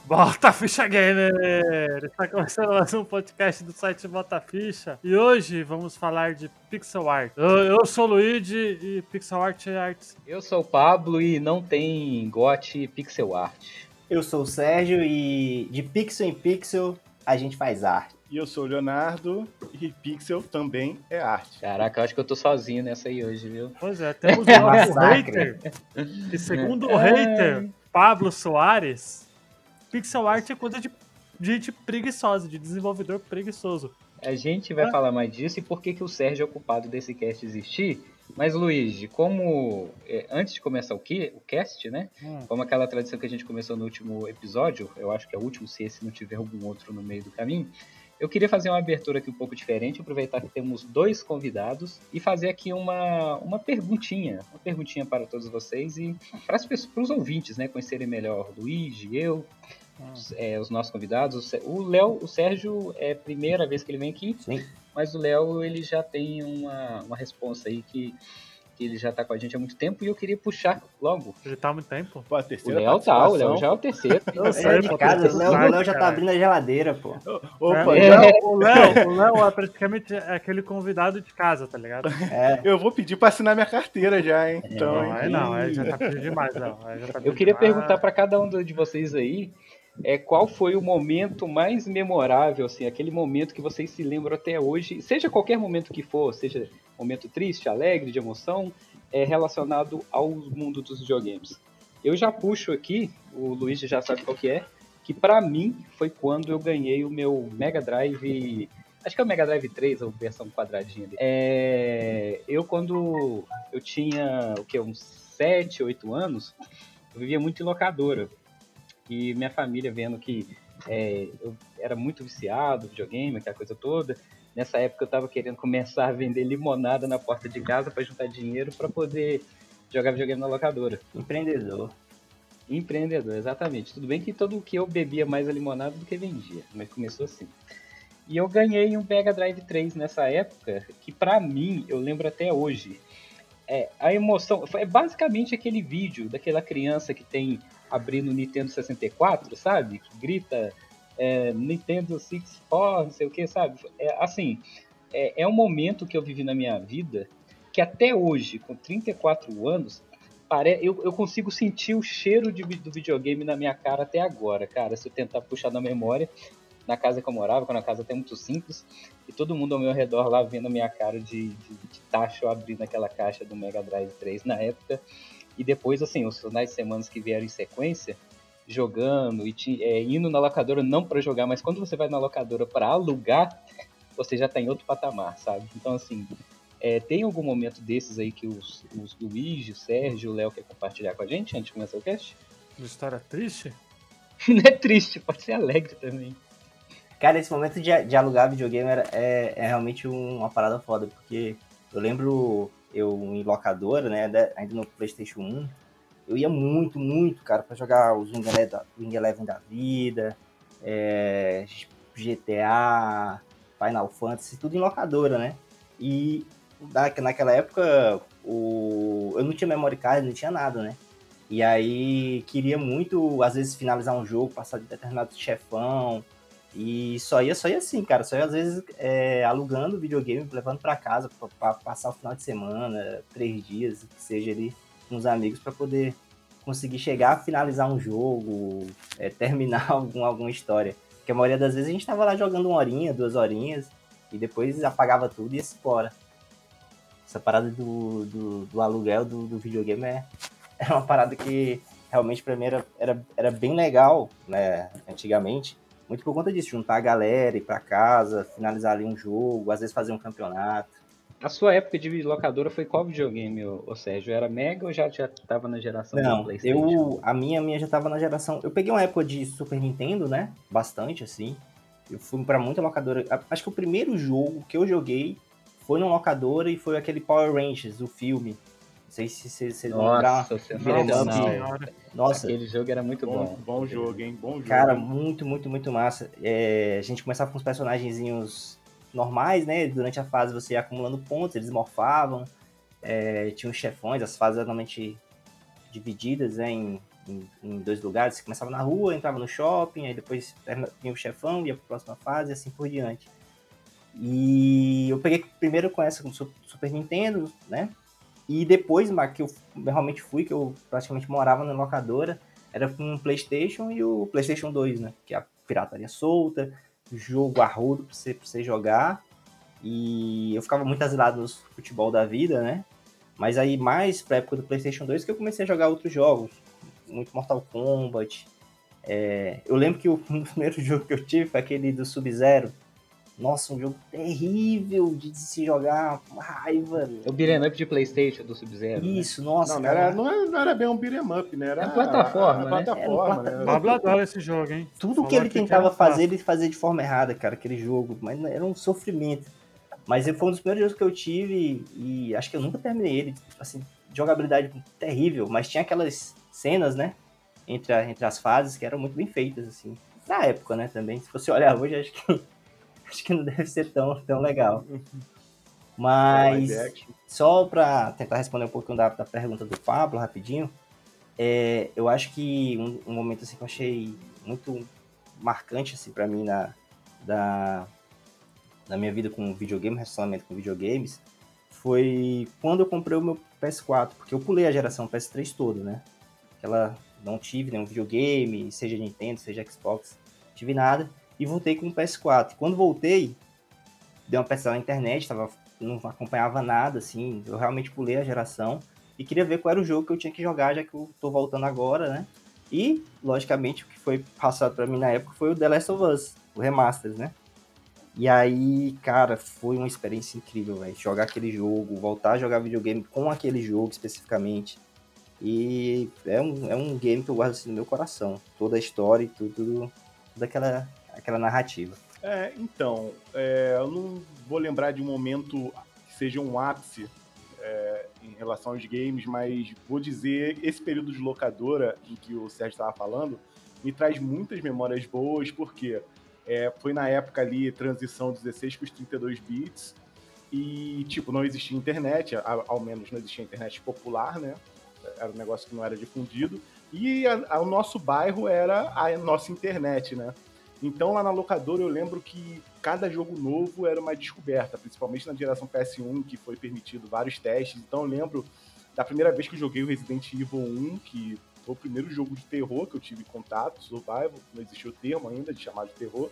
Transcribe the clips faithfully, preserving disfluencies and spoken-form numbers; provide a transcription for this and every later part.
Bota Ficha Gamer! Está começando mais um podcast do site Bota Ficha e hoje vamos falar de pixel art. Eu, eu sou o Luigi e pixel art é arte. Eu sou o Pablo e não tem G O T pixel art. Eu sou o Sérgio e de pixel em pixel a gente faz arte. E eu sou o Leonardo e pixel também é arte. Caraca, eu acho que eu tô sozinho nessa aí hoje, viu? Pois é, temos um novo hater. E segundo o hater, Pablo Soares, pixel art é coisa de gente preguiçosa, de desenvolvedor preguiçoso. A gente vai ah. falar mais disso e por que, que o Sérgio é o culpado desse cast existir. Mas, Luigi, como é, antes de começar o, que, o cast, né? Hum. Como aquela tradição que a gente começou no último episódio, eu acho que é o último, se esse não tiver algum outro no meio do caminho, eu queria fazer uma abertura aqui um pouco diferente, aproveitar que temos dois convidados e fazer aqui uma, uma perguntinha, uma perguntinha para todos vocês e para, as pessoas, para os ouvintes, né? Conhecerem melhor o Luigi, eu, hum. os, é, os nossos convidados. O Léo, o Sérgio é a primeira vez que ele vem aqui. Sim. Mas o Léo, ele já tem uma, uma responsa aí que, que ele já tá com a gente há muito tempo e eu queria puxar logo. Ele tá há muito tempo? Pô, a terceira o Léo tá, o Léo já é o terceiro. Eu sei, é de casa, o Léo, o Léo já tá abrindo a geladeira, pô. Opa, é. o, Léo, o Léo é praticamente aquele convidado de casa, tá ligado? É. Eu vou pedir pra assinar minha carteira já, hein? Então, não, aí não, aí já tá pedindo demais, não. Aí já tá eu queria demais. perguntar pra cada um de vocês aí, É, qual foi o momento mais memorável, assim, aquele momento que vocês se lembram até hoje, seja qualquer momento que for, seja momento triste, alegre, de emoção, é, relacionado ao mundo dos videogames. Eu já puxo aqui, o Luiz já sabe qual que é, que pra mim foi quando eu ganhei o meu Mega Drive, acho que é o Mega Drive três, a versão quadradinha dele. É, eu quando eu tinha, o que, uns sete, oito anos, eu vivia muito em locadora. E minha família vendo que é, eu era muito viciado, videogame, aquela coisa toda. Nessa época eu estava querendo começar a vender limonada na porta de casa para juntar dinheiro para poder jogar videogame na locadora. Empreendedor. Empreendedor, exatamente. Tudo bem que todo que eu bebia mais a limonada do que vendia, mas começou assim. E eu ganhei um Mega Drive três nessa época, que para mim, eu lembro até hoje, é, a emoção, é basicamente aquele vídeo daquela criança que tem abrindo o Nintendo sessenta e quatro, sabe? Que grita é, Nintendo sessenta e quatro, não sei o que, sabe? É, assim, é, é um momento que eu vivi na minha vida que até hoje, com trinta e quatro anos, pare... eu, eu consigo sentir o cheiro de, do videogame na minha cara até agora, cara. Se eu tentar puxar na memória, na casa que eu morava, que era uma casa até muito simples, e todo mundo ao meu redor lá vendo a minha cara de, de, de tacho abrindo aquela caixa do Mega Drive três na época. E depois, assim, os finais de semana que vieram em sequência, jogando e te, é, indo na locadora não para jogar, mas quando você vai na locadora para alugar, você já tá em outro patamar, sabe? Então, assim, é, tem algum momento desses aí que os, os Luigi, o Sérgio, o Léo quer compartilhar com a gente antes de começar o cast? Uma história triste? Não é triste, pode ser alegre também. Cara, esse momento de, de alugar videogame era, é, é realmente uma parada foda, porque eu lembro... eu em locadora, né, ainda no PlayStation um, eu ia muito, muito, cara, pra jogar os Wing Eleven da vida, é, G T A, Final Fantasy, tudo em locadora, né? E naquela época, o, eu não tinha memory card, não tinha nada, né? E aí, queria muito, às vezes, finalizar um jogo, passar de determinado chefão, e só ia, só ia assim, cara, só ia às vezes é, alugando videogame, levando pra casa pra, pra passar o final de semana, três dias, que seja ali com os amigos, pra poder conseguir chegar a finalizar um jogo, é, terminar algum, alguma história. Porque a maioria das vezes a gente tava lá jogando uma horinha, duas horinhas, e depois apagava tudo e ia embora. Essa parada do, do, do aluguel do, do videogame é, é uma parada que realmente pra mim era, era, era bem legal, né, antigamente. Muito por conta disso, juntar a galera, ir pra casa, finalizar ali um jogo, às vezes fazer um campeonato. A sua época de locadora foi qual videogame, ô Sérgio? Era Mega ou já, já tava na geração Não, do PlayStation? Eu, a minha, a minha já tava na geração... Eu peguei uma época de Super Nintendo, né? Bastante, assim. Eu fui pra muita locadora. Acho que o primeiro jogo que eu joguei foi numa locadora e foi aquele Power Rangers, o filme. Não sei se vocês vão lembrar. Nossa, sensacional. Nossa, aquele jogo era muito bom. Bom, bom jogo, hein? Bom jogo. Cara, hein? muito, muito, muito massa. É, a gente começava com os personagenzinhos normais, né? Durante a fase você ia acumulando pontos, eles morfavam. É, tinha os chefões, as fases eram normalmente divididas, né, em em, em dois lugares. Você começava na rua, entrava no shopping, aí depois vinha o chefão, ia pra próxima fase e assim por diante. E eu peguei primeiro com essa, com o Super Nintendo, né? E depois, que eu realmente fui, que eu praticamente morava na locadora, era com o PlayStation e o PlayStation dois, né? Que é a pirataria solta, jogo arrudo pra você, pra você jogar. E eu ficava muito asilado nos futebol da vida, né? Mas aí, mais pra época do PlayStation dois, que eu comecei a jogar outros jogos. Muito Mortal Kombat. É, eu lembro que o, um dos primeiros jogos que eu tive foi aquele do Sub-Zero. Nossa, um jogo terrível de se jogar, uma raiva. É o beat'em up de PlayStation do Sub-Zero. Isso, né? nossa, Não, não cara. era, não, era, não era bem um beat'em up, né? Era É plataforma, a, a, né? plataforma, Era um né? Pablo adora esse jogo, hein? Tudo Falou que ele aqui era tentava um fazer, clássico. ele fazia de forma errada, cara, aquele jogo. Mas era um sofrimento. Mas foi um dos primeiros jogos que eu tive e acho que eu nunca terminei ele. Assim, jogabilidade terrível, mas tinha aquelas cenas, né? Entre, a, entre as fases que eram muito bem feitas, assim. Na época, né, também. Se você olhar hoje, acho que, acho que não deve ser tão, tão legal. Mas, Live action. só pra tentar responder um pouquinho da, da pergunta do Pablo, rapidinho, é, eu acho que um, um momento assim, que eu achei muito marcante assim, pra mim na, da, na minha vida com videogame, relacionamento com videogames, foi quando eu comprei o meu P S quatro, porque eu pulei a geração P S três toda, né? Aquela, não tive nenhum videogame, seja Nintendo, seja Xbox, não tive nada, e voltei com o P S quatro. Quando voltei, dei uma pesquisada na internet, tava, não acompanhava nada, assim, eu realmente pulei a geração e queria ver qual era o jogo que eu tinha que jogar, já que eu tô voltando agora, né? E, logicamente, o que foi passado pra mim na época foi o The Last of Us, o Remastered, né? E aí, cara, foi uma experiência incrível, velho. Jogar aquele jogo, voltar a jogar videogame com aquele jogo especificamente. E é um, é um game que eu guardo assim no meu coração. Toda a história e tudo, tudo toda aquela, aquela narrativa. É, então, é, eu não vou lembrar de um momento que seja um ápice é, em relação aos games, mas vou dizer, esse período de locadora em que o Sérgio estava falando, me traz muitas memórias boas, porque é, foi na época ali, transição dezesseis para os trinta e dois bits, e, tipo, não existia internet, ao menos não existia internet popular, né? Era um negócio que não era difundido, e a, a, o nosso bairro era a nossa internet, né? Então, lá na locadora, eu lembro que cada jogo novo era uma descoberta, principalmente na geração P S um, que foi permitido vários testes. Então, eu lembro da primeira vez que eu joguei o Resident Evil um, que foi o primeiro jogo de terror que eu tive contato, survival, não existia o termo ainda de chamar de terror.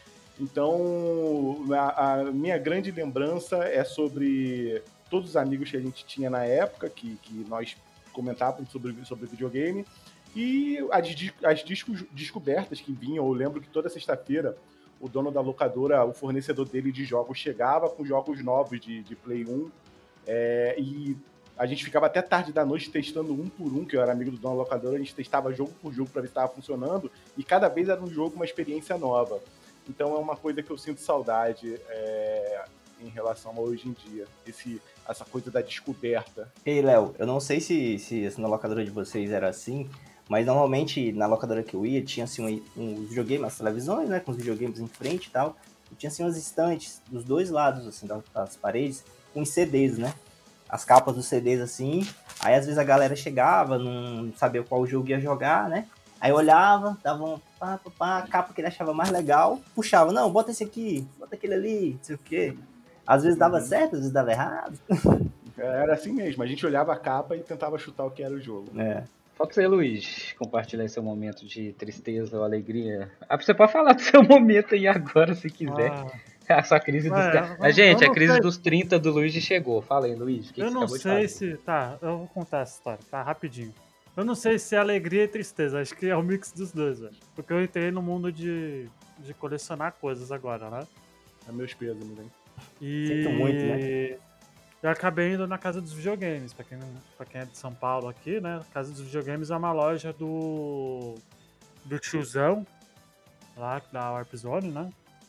Então, a, a minha grande lembrança é sobre todos os amigos que a gente tinha na época, que, que nós comentávamos sobre, sobre videogame, e as, as discos, descobertas que vinham. Eu lembro que toda sexta-feira o dono da locadora, o fornecedor dele de jogos, chegava com jogos novos de, de Play um, é, e a gente ficava até tarde da noite testando um por um, que eu era amigo do dono da locadora, a gente testava jogo por jogo para ver se estava funcionando, e cada vez era um jogo, uma experiência nova. Então é uma coisa que eu sinto saudade é, em relação a hoje em dia, esse, essa coisa da descoberta. Ei, Léo, eu não sei se, se na locadora de vocês era assim, mas normalmente na locadora que eu ia tinha assim um, um videogame, as televisões, né, com os videogames em frente e tal, e tinha assim umas estantes dos dois lados assim das, das paredes com os C Ds, né? As capas dos C Ds assim. Aí às vezes a galera chegava, não sabia qual jogo ia jogar, né? Aí olhava, dava um pá, pá, pá, a capa que ele achava mais legal, puxava, não, bota esse aqui, bota aquele ali, não sei o quê. Às vezes dava Uhum. certo, às vezes dava errado. Era assim mesmo, a gente olhava a capa e tentava chutar o que era o jogo. É. Pode ser, Luiz, compartilhar seu momento de tristeza ou alegria. Ah, você pode falar do seu momento aí agora, se quiser. Ah, A sua crise dos... é, Ah, gente, eu a não crise sei. dos trinta do Luiz chegou. Fala aí, Luiz, o que, que Eu você não acabou de sei falar? se. Tá, eu vou contar essa história, tá? Rapidinho. Eu não sei se é alegria e tristeza, acho que é o mix dos dois, velho. Porque eu entrei no mundo de, de colecionar coisas agora, né? É meus pesos, hein? E Sinto muito, né? eu acabei indo na Casa dos Videogames, pra quem, pra quem é de São Paulo aqui, né? A Casa dos Videogames é uma loja do, do tiozão, lá da Warp Zone, né?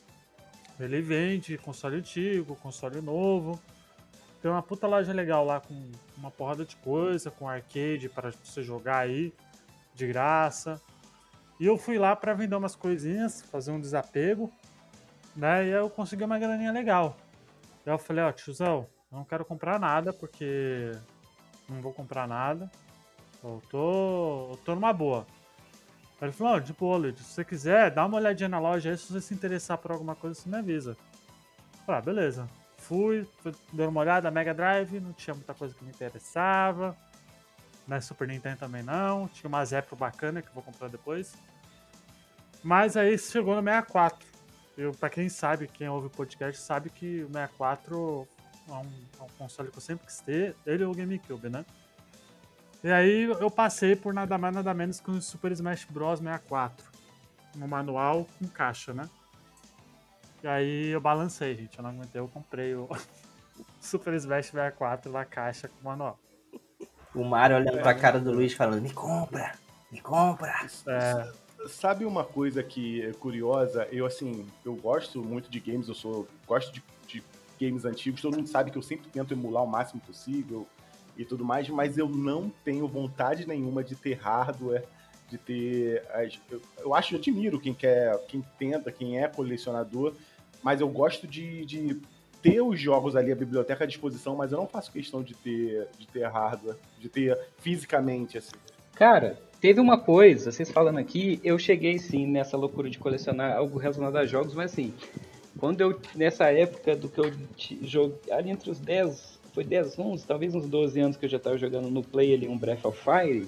Ele vende console antigo, console novo. Tem uma puta loja legal lá com uma porrada de coisa, com arcade para você jogar aí, de graça. E eu fui lá pra vender umas coisinhas, fazer um desapego, né? E aí eu consegui uma graninha legal. Aí eu falei, ó, tiozão, eu não quero comprar nada, porque não vou comprar nada. Eu tô, eu tô numa boa. Aí ele falou, oh, de boa, Luigi, se você quiser, dá uma olhadinha na loja aí, se você se interessar por alguma coisa, você me avisa. Eu falei, ah, beleza. Fui, fui, dei uma olhada, Mega Drive, não tinha muita coisa que me interessava. Na Super Nintendo também não. Tinha umas épocas bacanas que eu vou comprar depois. Mas aí chegou no sessenta e quatro. Eu, pra quem sabe, quem ouve o podcast, sabe que o sessenta e quatro é um, é um console que eu sempre quis ter. Ele e o GameCube, né? E aí eu passei por nada mais nada menos que o Super Smash Bros. sessenta e quatro. No manual com caixa, né? E aí eu balancei, gente. Eu não aguentei, eu comprei o Super Smash sessenta e quatro na caixa com manual. O Mario olhando pra É, cara do Luiz falando, me compra, me compra. É, Sabe uma coisa que é curiosa? Eu, assim, eu gosto muito de games, eu sou gosto de, de games antigos, todo mundo sabe que eu sempre tento emular o máximo possível e tudo mais, mas eu não tenho vontade nenhuma de ter hardware, de ter... As, eu, eu acho, eu admiro quem quer, quem tenta, quem é colecionador, mas eu gosto de, de ter os jogos ali, a biblioteca à disposição, mas eu não faço questão de ter, de ter hardware, de ter fisicamente, assim. Cara, teve uma coisa, vocês falando aqui, eu cheguei sim nessa loucura de colecionar algo relacionado a jogos, mas assim, quando eu, nessa época do que eu joguei, ali entre os dez, foi dez, onze, talvez uns doze anos que eu já tava jogando no Play ali um Breath of Fire,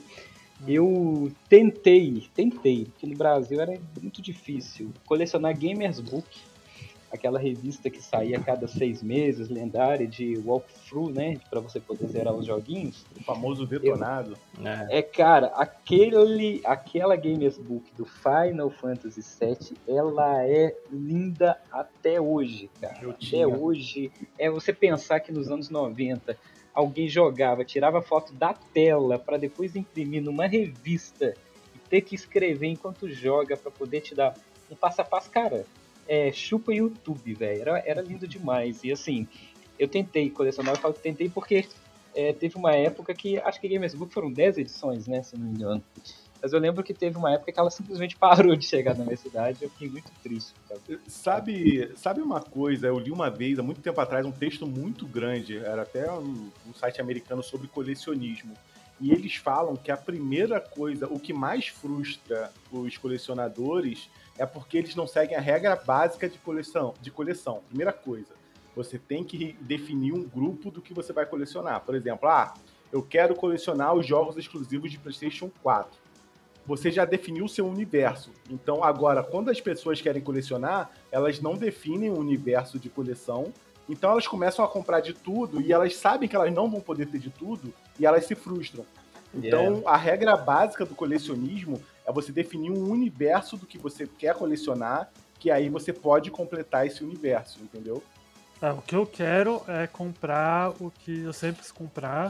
eu tentei, tentei, porque no Brasil era muito difícil, colecionar Gamers Book, aquela revista que saía a cada seis meses, lendária, de walkthrough, né, para você poder zerar os joguinhos. O famoso detonado. É. É, cara, aquele, aquela Gamers Book do Final Fantasy sete, ela é linda até hoje, cara. Eu Até tinha. hoje, é você pensar que nos anos noventa alguém jogava, tirava foto da tela para depois imprimir numa revista e ter que escrever enquanto joga para poder te dar um passo a passo, cara. É, chupa YouTube, velho. Era, era lindo demais. E assim, eu tentei colecionar, eu falo que tentei porque é, teve uma época que, acho que Gamers Book foram dez edições, né, se não me engano. Mas eu lembro que teve uma época que ela simplesmente parou de chegar na minha cidade e eu fiquei muito triste. Sabe? Sabe, sabe uma coisa? Eu li uma vez, há muito tempo atrás, um texto muito grande, era até um, um site americano sobre colecionismo. E eles falam que a primeira coisa, o que mais frustra os colecionadores é porque eles não seguem a regra básica de coleção. De coleção. Primeira coisa, você tem que definir um grupo do que você vai colecionar. Por exemplo, ah, eu quero colecionar os jogos exclusivos de PlayStation quatro. Você já definiu o seu universo. Então, agora, quando as pessoas querem colecionar, elas não definem o universo de coleção. Então, elas começam a comprar de tudo e elas sabem que elas não vão poder ter de tudo e elas se frustram. Então, yeah. A regra básica do colecionismo é você definir um universo do que você quer colecionar, que aí você pode completar esse universo, entendeu? É, o que eu quero é comprar o que eu sempre quis comprar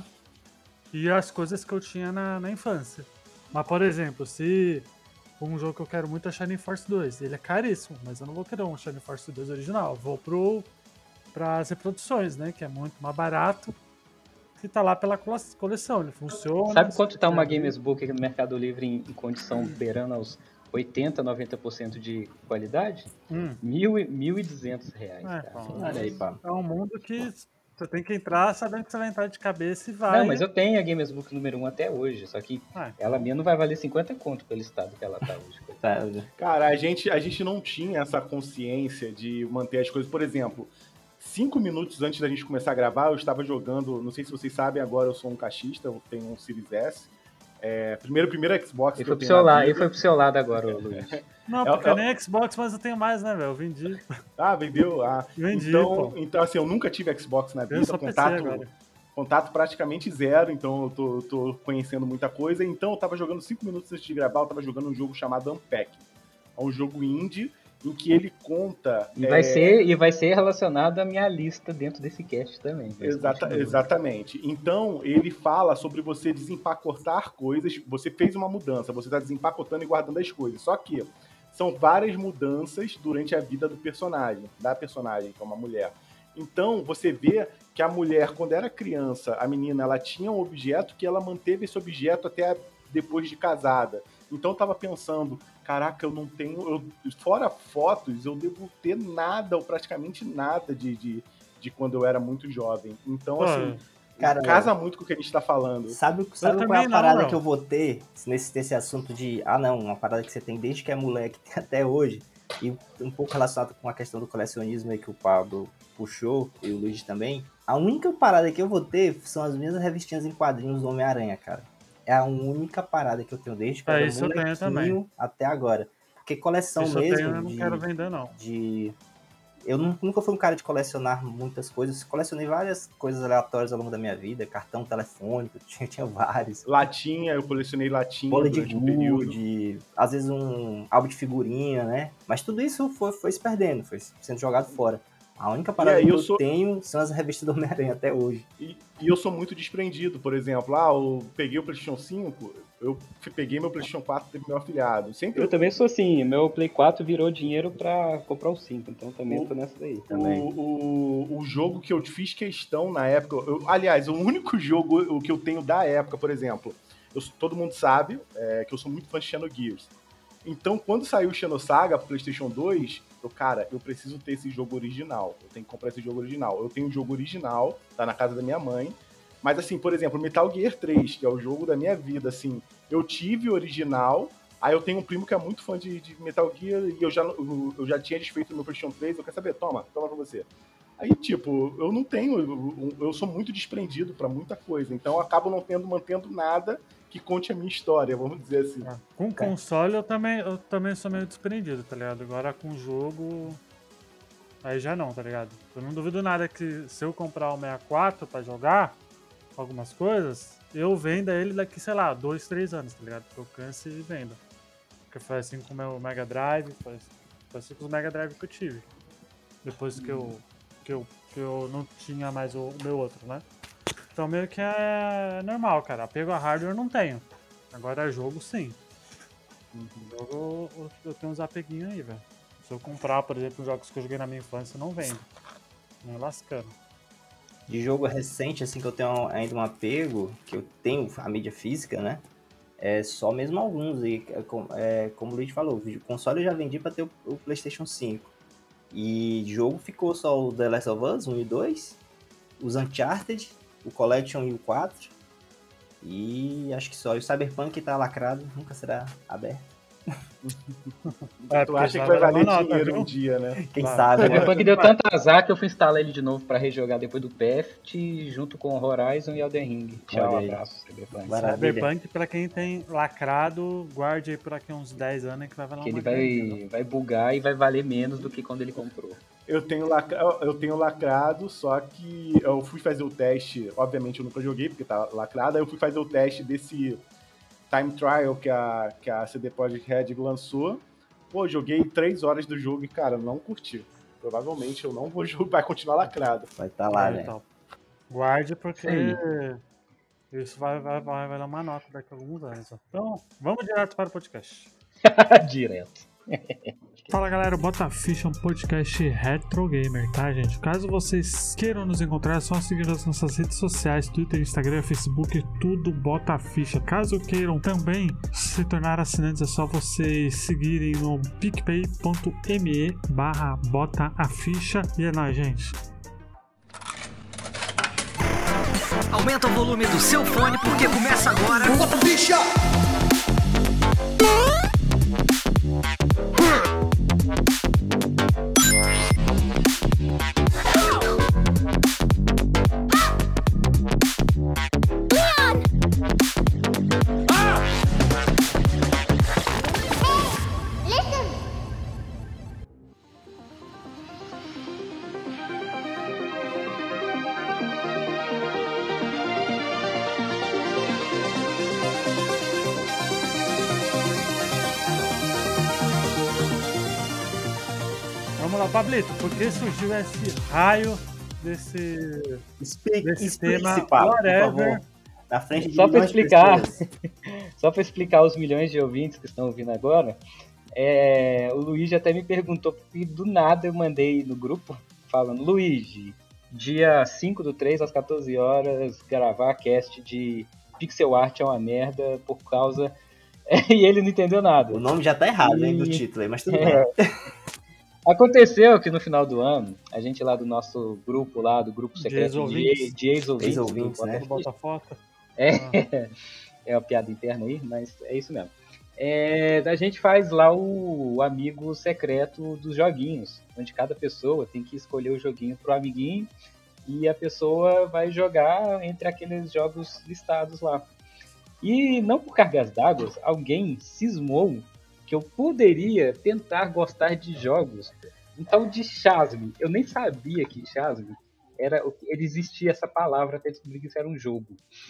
e as coisas que eu tinha na, na infância. Mas, por exemplo, se um jogo que eu quero muito é Shining Force dois, ele é caríssimo, mas eu não vou querer um Shining Force dois original. Eu vou pro, pras reproduções, né? Que é muito mais barato, que tá lá pela coleção, ele funciona. Sabe quanto tá uma Gamers Book aqui no Mercado Livre em, em condição beirando aos oitenta, noventa por cento de qualidade? Hum. Mil e duzentos reais, é, cara. pô, Olha aí, pá. É um mundo que você tem que entrar sabendo que você vai entrar de cabeça e vai. Não, mas eu tenho a Gamers Book número um até hoje, só que ah, então... ela mesmo vai valer cinquenta conto pelo estado que ela tá hoje. Cara, a gente, a gente não tinha essa consciência de manter as coisas. Por exemplo, cinco minutos antes da gente começar a gravar, eu estava jogando, não sei se vocês sabem, agora eu sou um caixista, eu tenho um Series S. É, primeiro, primeiro Xbox ele que foi eu tenho pro seu na lado, vida. Ele foi pro seu lado agora, Luiz. Não, porque é, é... nem Xbox, mas eu tenho mais, né, velho? Eu vendi. Ah, vendeu? Ah, vendi, então, pô. então, assim, eu nunca tive Xbox na vida, eu só contato, P C agora. contato praticamente zero, então eu tô, tô conhecendo muita coisa. Então eu tava jogando cinco minutos antes de gravar, eu tava jogando um jogo chamado Unpack. É um jogo indie em que ele conta... E vai, é... ser, e vai ser relacionado à minha lista dentro desse cast também. Exata, exatamente. Então, ele fala sobre você desempacotar coisas. Você fez uma mudança, você está desempacotando e guardando as coisas. Só que são várias mudanças durante a vida do personagem, da personagem, que é uma mulher. Então, você vê que a mulher, quando era criança, a menina, ela tinha um objeto que ela manteve esse objeto até depois de casada. Então, eu tava pensando, caraca, eu não tenho... Eu, fora fotos, eu devo ter nada, ou praticamente nada, de, de, de quando eu era muito jovem. Então, Pô, assim... Cara, casa muito com o que a gente tá falando. Sabe, sabe qual é também a não, parada não. que eu vou ter nesse, nesse assunto de, ah não, uma parada que você tem desde que é moleque até hoje, e um pouco relacionado com a questão do colecionismo aí que o Pablo puxou, e o Luigi também. A única parada que eu vou ter são as minhas revistinhas em quadrinhos do Homem-Aranha, cara. É a única parada que eu tenho desde que eu É, era isso eu tenho também. molequinho até agora. Porque coleção Isso eu mesmo tenho, eu não de, quero vender, não. de... Eu nu- nunca fui um cara de colecionar muitas coisas. Colecionei várias coisas aleatórias ao longo da minha vida. Cartão telefônico, tinha, tinha vários. Latinha, eu colecionei latinha Bola de durante um período. gude, às vezes um álbum de figurinha, né? Mas tudo isso foi, foi se perdendo, foi sendo jogado fora. A única parada aí que eu eu sou- tenho são as revistas do Homem-Aranha até hoje. E, e eu sou muito desprendido, por exemplo. Ah, eu peguei o PlayStation cinco, eu f- peguei meu PlayStation quatro teve meu afiliado. Sempre Eu também sou assim, meu Play quatro virou dinheiro pra comprar o cinco, então também O- tô nessa daí. Também. O, o, o jogo que eu fiz questão na época. eu- aliás, o único jogo o que eu tenho da época, por exemplo, eu sou- todo mundo sabe é, que eu sou muito fã de Xenogears. Então, quando saiu o Xenosaga pro PlayStation dois, eu, cara, eu preciso ter esse jogo original. Eu tenho que comprar esse jogo original. Eu tenho o jogo original, tá na casa da minha mãe. Mas, assim, por exemplo, Metal Gear três, que é o jogo da minha vida, assim, eu tive o original. Aí eu tenho um primo que é muito fã de, de Metal Gear e eu já, eu, eu já tinha desfeito o meu PlayStation três. Eu quero saber, toma, toma pra você. Aí, tipo, eu não tenho, eu, eu sou muito desprendido pra muita coisa. Então, eu acabo não tendo, mantendo nada que conte a minha história, vamos dizer assim. Ah, Com console eu também, eu também sou meio desprendido, tá ligado? Agora com jogo. Aí já não, tá ligado? Eu não duvido nada que se eu comprar o sessenta e quatro pra jogar algumas coisas, eu venda ele daqui, sei lá, dois, três anos, tá ligado? Que eu canse e venda. Porque foi assim com o meu Mega Drive, foi, foi assim com os Mega Drive que eu tive. Depois que eu, que eu, que eu não tinha mais o, o meu outro, né? Então meio que é normal, cara. Apego a hardware eu não tenho. Agora jogo sim. Jogo eu, eu tenho uns apeguinhos aí, velho. Se eu comprar, por exemplo, os jogos que eu joguei na minha infância, eu não vendo. Não lascando. De jogo recente, assim, que eu tenho ainda um apego, que eu tenho a mídia física, né? É só mesmo alguns. E, é, com- é, como o Luiz falou, o vídeo console eu já vendi pra ter o, o PlayStation cinco. E jogo ficou só o The Last of Us um e dois, os Uncharted, o Collection e o quatro. E acho que só. E o Cyberpunk tá lacrado, nunca será aberto. É, Tu porque acha já que vai vai dar valer uma nota, dinheiro viu? um dia, né? Quem Vai. sabe, né? Cyberpunk deu tanto azar que eu fui instalar ele de novo pra rejogar depois do P F, junto com Horizon e Elden Ring. Tchau, Olha aí. abraço, Cyberpunk. Maravilha. Cyberpunk, pra quem tem lacrado, guarde aí por aqui uns dez anos que vai valer Que uma ele graninha, vai, vai bugar e vai valer menos do que quando ele comprou. Eu tenho, lacra... eu tenho lacrado, só que eu fui fazer o teste. Obviamente eu nunca joguei, porque tá lacrado. Aí eu fui fazer o teste desse Time Trial que a, que a C D Projekt Red lançou. Pô, joguei três horas do jogo e, cara, não curti. Provavelmente eu não vou jogar, vai continuar lacrado. Vai estar né? lá, Aí, né? então. Guarde porque Sim. isso vai, vai, vai, vai dar uma nota daqui a alguns anos. ó. Então, vamos direto para o podcast. Direto. Fala galera, o Bota Ficha é um podcast retro gamer, tá gente? Caso vocês queiram nos encontrar, é só seguir nas nossas redes sociais, Twitter, Instagram, Facebook, tudo Bota Ficha. Caso queiram também se tornar assinantes, é só vocês seguirem no picpay.me barra Bota a Ficha. E é nóis, gente. Aumenta o volume do seu fone porque começa agora. Bota ficha! Vamos lá, Pablito, por que surgiu esse raio desse, Explique, desse explique tema, esse papo, por whatever? favor. Na frente de Só pra milhões de explicar. pessoas. Só para explicar aos milhões de ouvintes que estão ouvindo agora, é, o Luigi até me perguntou, e do nada eu mandei no grupo, falando, Luigi, dia cinco do três às quatorze horas, gravar cast de Pixel Art é uma merda por causa... e ele não entendeu nada. O nome já tá errado, hein, do E- título aí, mas tudo É. bem. Aconteceu que no final do ano, a gente lá do nosso grupo lá, do grupo De secreto de, ex-ouvintes. de ex-ouvintes, Ex-ouvintes, do né? Do Botafogo. É, Ah. é uma piada interna aí, mas é isso mesmo. É, a gente faz lá o, o amigo secreto dos joguinhos, onde cada pessoa tem que escolher o joguinho pro amiguinho e a pessoa vai jogar entre aqueles jogos listados lá. E não por cargas d'água, alguém cismou que eu poderia tentar gostar de jogos. Um tal de Chasme. Eu nem sabia que Chasme era. Ele existia essa palavra até descobrir que isso era um jogo.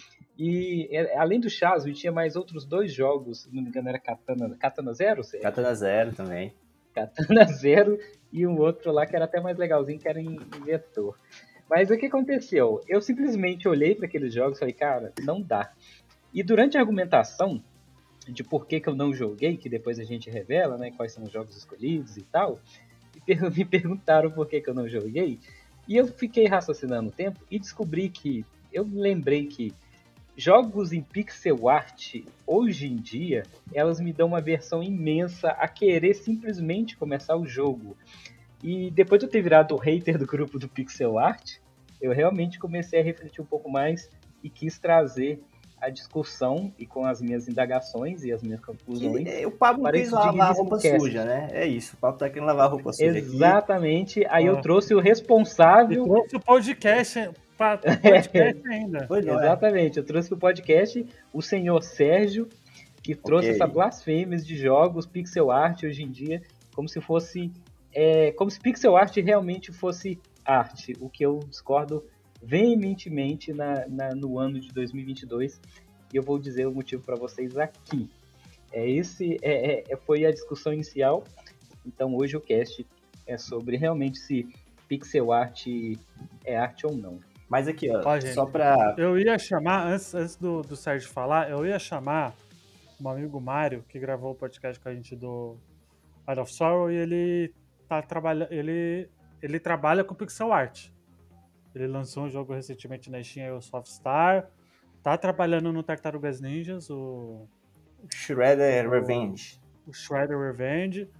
E além do Chasme, tinha mais outros dois jogos, se não me engano, era Katana, Katana Zero? Sérgio? Katana Zero também. Katana Zero e um outro lá que era até mais legalzinho, que era em vetor. Mas o que aconteceu? Eu simplesmente olhei para aqueles jogos e falei, cara, não dá. E durante a argumentação de por que, que eu não joguei, que depois a gente revela, né, quais são os jogos escolhidos e tal, me perguntaram por que, que eu não joguei, e eu fiquei raciocinando o tempo e descobri que, eu lembrei que jogos em pixel art, hoje em dia, elas me dão uma versão imensa a querer simplesmente começar o jogo. E depois de eu ter virado o hater do grupo do pixel art, eu realmente comecei a refletir um pouco mais e quis trazer a discussão e com as minhas indagações e as minhas conclusões. E, o Pablo para quis esse lavar a digníssimo roupa cast. suja, né? É isso, o Pablo tá querendo lavar a roupa suja aqui. Exatamente. Aí eu Ah. trouxe o E responsável. trouxe o podcast para podcast ainda. Pois não é. Exatamente, eu trouxe o podcast o senhor Sérgio, que trouxe Ok. essa blasfêmia de jogos, pixel art hoje em dia, como se fosse. É, como se pixel art realmente fosse arte, o que eu discordo veementemente na, na, no ano de dois mil e vinte e dois, e eu vou dizer o motivo para vocês aqui. É esse é, é, foi a discussão inicial, então hoje o cast é sobre realmente se pixel art é arte ou não. Mas aqui, ó, Ó, gente, só pra... Eu ia chamar, antes, antes do, do Sérgio falar, eu ia chamar um amigo Mário, que gravou o podcast com a gente do Out of Sorrow, e ele tá trabalhando. Ele, ele trabalha com pixel art. Ele lançou um jogo recentemente na Steam, o Soft Star. Tá trabalhando no Tartarugas Ninjas, o, Shredder o- Revenge. o Shredder Revenge.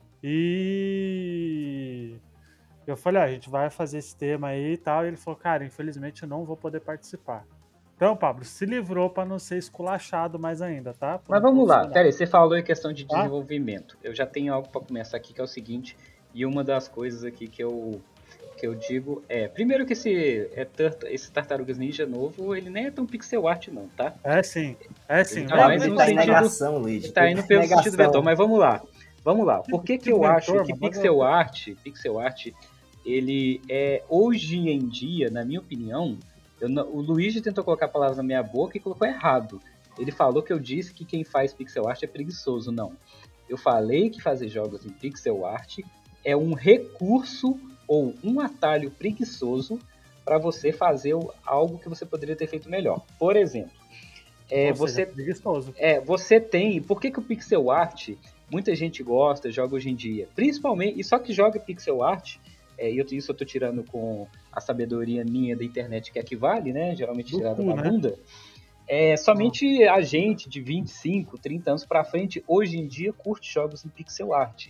E eu falei, ah, a gente vai fazer esse tema aí e tal. E ele falou, cara, infelizmente eu não vou poder participar. Então, Pablo, se livrou pra não ser esculachado mais ainda, tá? Por Mas um vamos lá, profissional. peraí, você falou em questão de Tá? desenvolvimento. Eu já tenho algo para começar aqui que é o seguinte, e uma das coisas aqui que eu, que eu digo é, primeiro que esse, é, esse Tartarugas Ninja novo, ele nem é tão pixel art não, tá? É sim, é sim. Ele tá Lembra mais Ele no do- tá em sentido- negação, Luigi. Ele tá indo pelo Negação. sentido vetor, mas vamos lá. Vamos lá. Por que que eu Vetor, acho que mano, pixel art, pixel art, ele é hoje em dia, na minha opinião, eu não- o Luigi tentou colocar palavras na minha boca e colocou errado. Ele falou que eu disse que quem faz pixel art é preguiçoso. Não. Eu falei que fazer jogos em pixel art é um recurso ou um atalho preguiçoso para você fazer algo que você poderia ter feito melhor. Por exemplo, é, Ou seja, você preguiçoso. é, você tem. Por que, que o pixel art muita gente gosta, joga hoje em dia? Principalmente, e só que joga pixel art, é, e eu, isso eu tô tirando com a sabedoria minha da internet que equivale, né? Geralmente Do tirada cu, da né? bunda. É, somente a gente de vinte e cinco, trinta anos pra frente, hoje em dia, curte jogos em pixel art.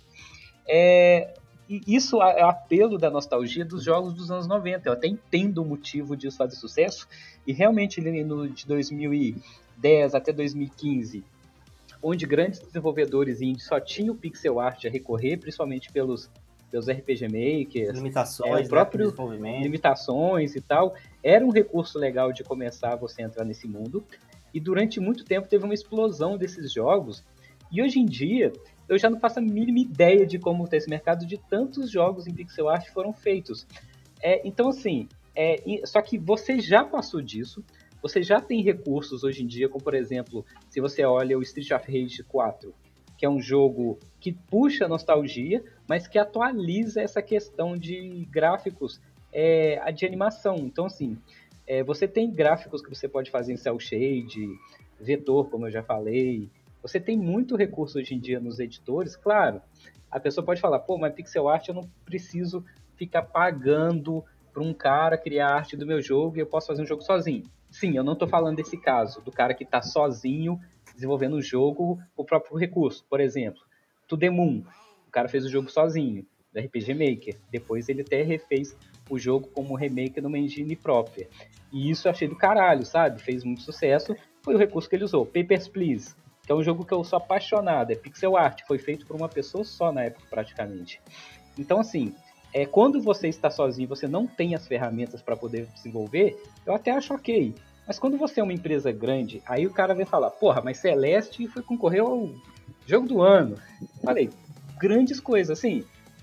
É, e isso é o apelo da nostalgia dos jogos dos anos noventa. Eu até entendo o motivo disso fazer sucesso. E realmente, no, de dois mil e dez até dois mil e quinze, onde grandes desenvolvedores indie só tinham pixel art a recorrer, principalmente pelos, pelos R P G Makers, Limitações, é, o próprio né, desenvolvimento. limitações e tal, era um recurso legal de começar você a entrar nesse mundo. E durante muito tempo teve uma explosão desses jogos. E hoje em dia, eu já não faço a mínima ideia de como está esse mercado de tantos jogos em pixel art foram feitos. É, então, assim, é, só que você já passou disso. Você já tem recursos hoje em dia, como por exemplo, se você olha o Street of Rage quatro, que é um jogo que puxa nostalgia, mas que atualiza essa questão de gráficos, é, de animação. Então, assim, é, você tem gráficos que você pode fazer em cel shade, vetor, como eu já falei. Você tem muito recurso hoje em dia nos editores, claro. A pessoa pode falar, pô, mas pixel art eu não preciso ficar pagando para um cara criar a arte do meu jogo e eu posso fazer um jogo sozinho. Sim, eu não estou falando desse caso, do cara que está sozinho desenvolvendo o jogo com o próprio recurso. Por exemplo, To The Moon, o cara fez o jogo sozinho. do R P G Maker. Depois ele até refez o jogo como remake numa engine própria. E isso eu achei do caralho, sabe? Fez muito sucesso. Foi o recurso que ele usou. Papers, Please, que é um jogo que eu sou apaixonado. É pixel art. Foi feito por uma pessoa só na época, praticamente. Então, assim, é, quando você está sozinho, você não tem as ferramentas para poder desenvolver, eu até acho ok. Mas quando você é uma empresa grande, aí o cara vem falar, porra, mas Celeste foi concorrer ao jogo do ano. Falei, grandes coisas, assim.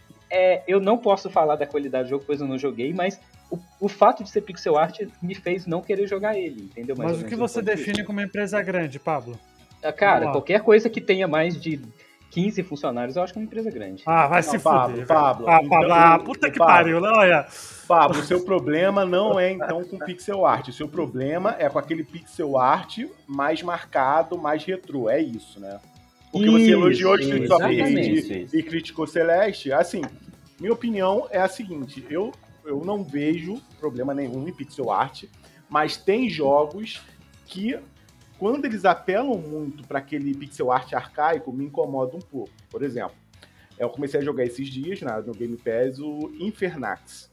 É, eu não posso falar da qualidade do jogo, pois eu não joguei, mas o, o fato de ser pixel art me fez não querer jogar ele, entendeu? Mais Mas o que você define como empresa grande, Pablo? Cara, qualquer coisa que tenha mais de quinze funcionários, eu acho que é uma empresa grande. Ah, vai Não, se Pablo, fuder. Pablo, Ah, então, Pablo, ah, o- puta que Pablo. pariu, né? Olha. Pablo, o seu problema não é então com pixel art. O seu problema é com aquele pixel art mais marcado, mais retrô. É isso, né? Porque você Isso, elogiou Streets of exatamente. Isso, Rage isso. e criticou Celeste. Assim, minha opinião é a seguinte: eu, eu não vejo problema nenhum em pixel art, mas tem jogos que, quando eles apelam muito para aquele pixel art arcaico, me incomoda um pouco. Por exemplo, eu comecei a jogar esses dias né, no Game Pass o Infernax.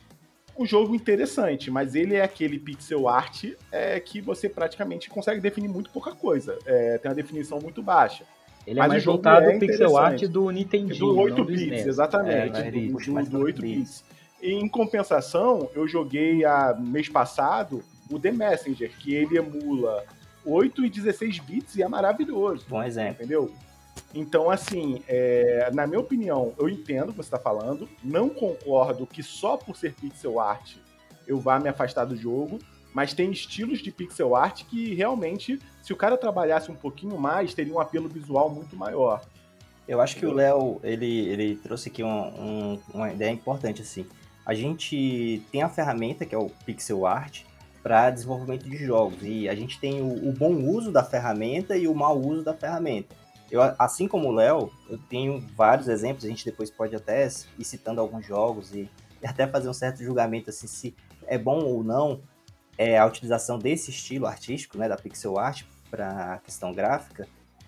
Um jogo interessante, mas ele é aquele pixel art é, que você praticamente consegue definir muito pouca coisa. É, tem uma definição muito baixa. Ele é Mas mais o jogo voltado é ao pixel art interessante. do Nintendinho, Do não oito do S N E bits, S. exatamente. É, do, puxa do, mais do pra oito oito bits. E, em compensação, eu joguei a, mês passado o The Messenger, que ele emula oito e dezesseis bits e é maravilhoso. Bom exemplo. Entendeu? Então, assim, é, na minha opinião, eu entendo o que você está falando, não concordo que só por ser pixel art eu vá me afastar do jogo, mas tem estilos de pixel art que realmente, se o cara trabalhasse um pouquinho mais, teria um apelo visual muito maior. Eu acho que o Léo, ele, ele trouxe aqui um, um, uma ideia importante, assim. A gente tem a ferramenta, que é o pixel art, para desenvolvimento de jogos, e a gente tem o, o bom uso da ferramenta e o mau uso da ferramenta. Eu, assim como o Léo, eu tenho vários exemplos, a gente depois pode até ir citando alguns jogos e, e até fazer um certo julgamento, assim, se é bom ou não é, a utilização desse estilo artístico, né, da pixel art, para a questão gráfica,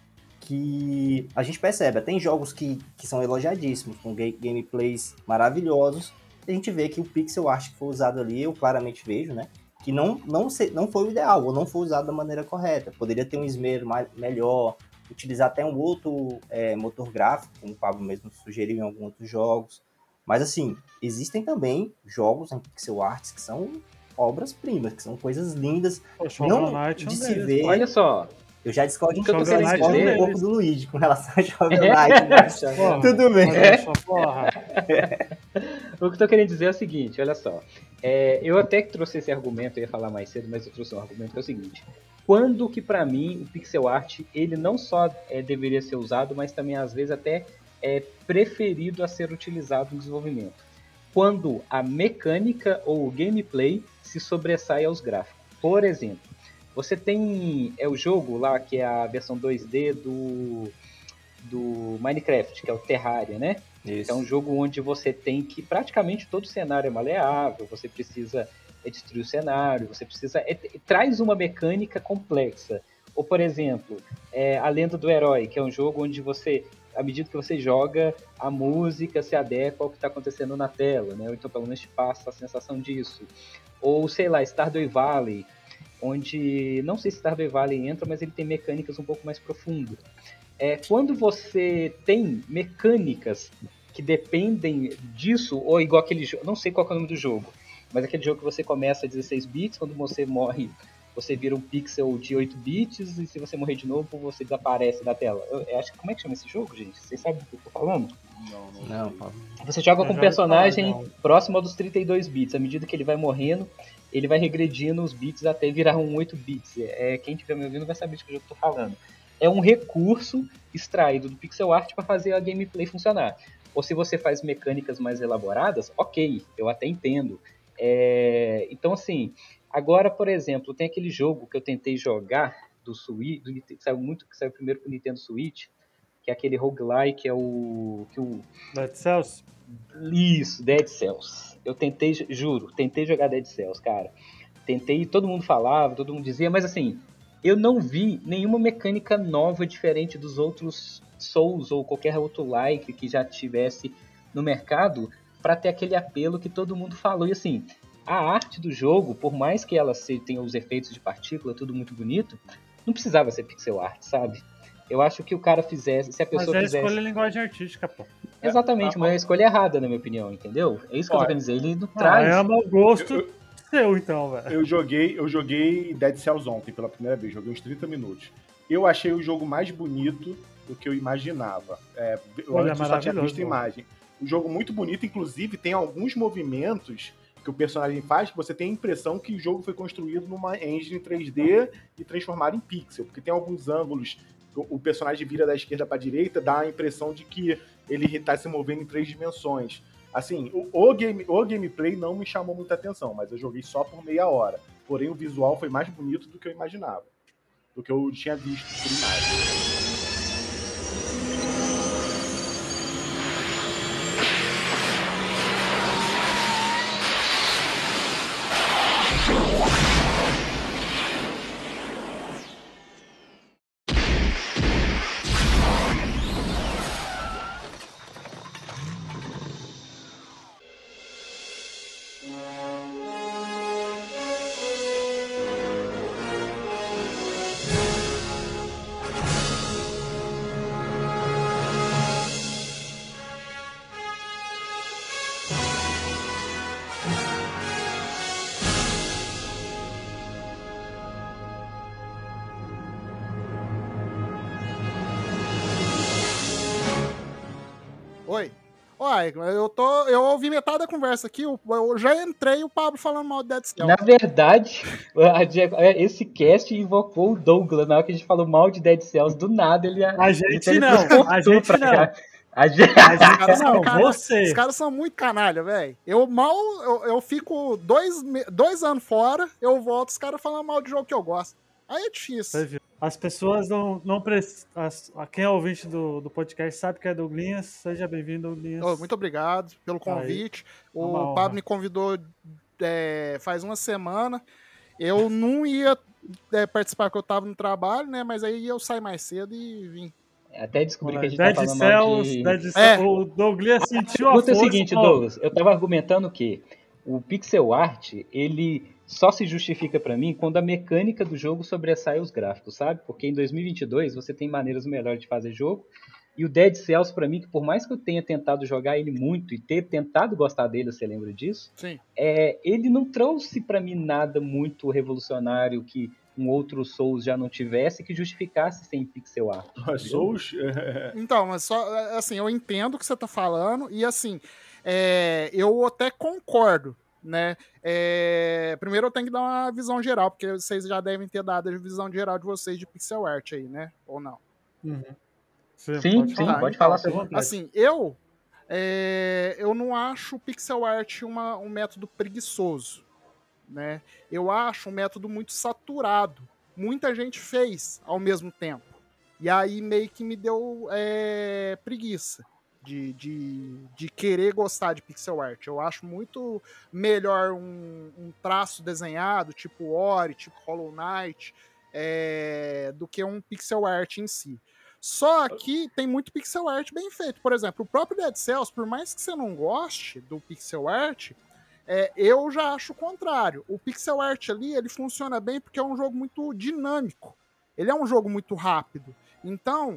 que a gente percebe, tem jogos que, que são elogiadíssimos, com ga- gameplays maravilhosos, e a gente vê que o pixel art que foi usado ali, eu claramente vejo, né, que não, não, se, não foi o ideal, ou não foi usado da maneira correta. Poderia ter um esmero mais, melhor, utilizar até um outro é, motor gráfico, como o Pablo mesmo sugeriu em alguns outros jogos. Mas, assim, existem também jogos em pixel arts que são obras-primas, que são coisas lindas, Pô, Shovel não Knight é um de se deles. ver... Olha só, Eu já discordo, O que eu tô eu querendo discordo dizer- um pouco do Luigi com relação a Shovel Knight, mas Porra, tudo bem. mas olha só, porra. o que eu tô querendo dizer é o seguinte, olha só. É, eu até que trouxe esse argumento, eu ia falar mais cedo, mas eu trouxe um argumento que é o seguinte. Quando que pra mim o pixel art, ele não só é, deveria ser usado, mas também às vezes até é preferido a ser utilizado no desenvolvimento. Quando a mecânica ou o gameplay se sobressai aos gráficos. Por exemplo, você tem é o jogo lá que é a versão dois D do, do Minecraft, que é o Terraria, né? Isso. É um jogo onde você tem que praticamente todo o cenário é maleável, você precisa é, destruir o cenário, você precisa é, traz uma mecânica complexa. Ou por exemplo, é, a Lenda do Herói, que é um jogo onde você, à medida que você joga, a música se adequa ao que está acontecendo na tela, né? Ou então pelo menos te passa a sensação disso. Ou sei lá, Stardew Valley, onde não sei se Stardew Valley entra, mas ele tem mecânicas um pouco mais profundas. É, quando você tem mecânicas que dependem disso, ou igual aquele jogo, não sei qual é o nome do jogo, mas aquele jogo que você começa a dezesseis bits, quando você morre, você vira um pixel de oito bits, e se você morrer de novo, você desaparece da tela. Eu, eu acho que como é que chama esse jogo, gente? Vocês sabem do que eu tô falando? Não, não. Não, Pablo. Você joga Eu com um já ouvi personagem falar, não. próximo dos trinta e dois bits. À medida que ele vai morrendo, ele vai regredindo os bits até virar um oito bits. É, quem estiver me ouvindo vai saber de que jogo eu tô falando. É um recurso extraído do pixel art para fazer a gameplay funcionar. Ou se você faz mecânicas mais elaboradas, ok, eu até entendo. É, então, assim, agora, por exemplo, tem aquele jogo que eu tentei jogar do Switch, do, que saiu muito, que saiu primeiro pro Nintendo Switch, que é aquele roguelike, é o... Que o Dead Cells? Isso, Dead Cells. Eu tentei, juro, tentei jogar Dead Cells, cara. Tentei, todo mundo falava, todo mundo dizia, mas assim, eu não vi nenhuma mecânica nova diferente dos outros Souls ou qualquer outro like que já tivesse no mercado para ter aquele apelo que todo mundo falou. E assim, a arte do jogo, por mais que ela tenha os efeitos de partícula, tudo muito bonito, não precisava ser pixel art, sabe? Eu acho que o cara fizesse, se a pessoa Mas é fizesse... escolha linguagem artística, pô. Exatamente, É, mas é a escolha errada, na minha opinião, entendeu? É isso que Ó, eu tô querendo dizer, ele não Ah, traz... é mau gosto Eu- seu, então, velho. Eu joguei, eu joguei Dead Cells ontem pela primeira vez, joguei uns trinta minutos. Eu achei o jogo mais bonito do que eu imaginava. É, eu Olha, antes eu só tinha maravilhoso, visto a imagem. Um jogo muito bonito, inclusive tem alguns movimentos que o personagem faz que você tem a impressão que o jogo foi construído numa engine três D e transformado em pixel, porque tem alguns ângulos, o personagem vira da esquerda para a direita, dá a impressão de que ele está se movendo em três dimensões. Assim, o, o, game, o gameplay não me chamou muita atenção, mas eu joguei só por meia hora. Porém, o visual foi mais bonito do que eu imaginava, do que eu tinha visto por imagem. Oi. Uai, eu tô. Eu ouvi metade da conversa aqui, eu, eu já entrei o Pablo falando mal de Dead Cells. Na verdade, esse cast invocou o Douglas. Na hora que a gente falou mal de Dead Cells, do nada ele A ele gente não, a gente pra não. cá. A gente... A gente Caras são não, canalha. você. Os caras são muito canalha, velho. Eu mal. Eu, eu fico dois, me- dois anos fora, eu volto, os caras falando mal de jogo que eu gosto. Aí é difícil. Você viu? As pessoas não, não precisam. Quem é ouvinte do, do podcast sabe que é Douglinhas. Seja bem-vindo, Douglinhas. Ô, muito obrigado pelo convite. uma O honra. Pablo me convidou é, faz uma semana. Eu não ia é, participar porque eu tava no trabalho, né? Mas aí eu saí mais cedo e vim. Até descobri que a gente Dead tá falando mal Cells, de... Dead Cells, É. o Douglas sentiu a Pergunta é força. o seguinte, ó, Douglas, eu tava argumentando que o pixel art, ele só se justifica pra mim quando a mecânica do jogo sobressai os gráficos, sabe? Porque em dois mil e vinte e dois você tem maneiras melhores de fazer jogo, e o Dead Cells pra mim, que por mais que eu tenha tentado jogar ele muito e ter tentado gostar dele, você lembra disso? Sim. É, ele não trouxe pra mim nada muito revolucionário que um outro Souls já não tivesse que justificasse sem pixel art. Souls? Então, mas só, assim, eu entendo o que você tá falando, e assim, é, eu até concordo, né? É, primeiro eu tenho que dar uma visão geral, porque vocês já devem ter dado a visão geral de vocês de pixel art aí, né? Ou não? Uhum. Sim, Sim, pode sim, falar. pode então, falar Fique à sim. vontade. Assim, eu, é, eu não acho pixel art uma, um método preguiçoso, né? Eu acho um método muito saturado. Muita gente fez ao mesmo tempo. E aí meio que me deu é, preguiça de, de, de querer gostar de pixel art. Eu acho muito melhor um, um traço desenhado, tipo Ori, tipo Hollow Knight, é, do que um pixel art em si. Só que tem muito pixel art bem feito. Por exemplo, o próprio Dead Cells, por mais que você não goste do pixel art, é, eu já acho o contrário. O pixel art ali, ele funciona bem porque é um jogo muito dinâmico. Ele é um jogo muito rápido. Então,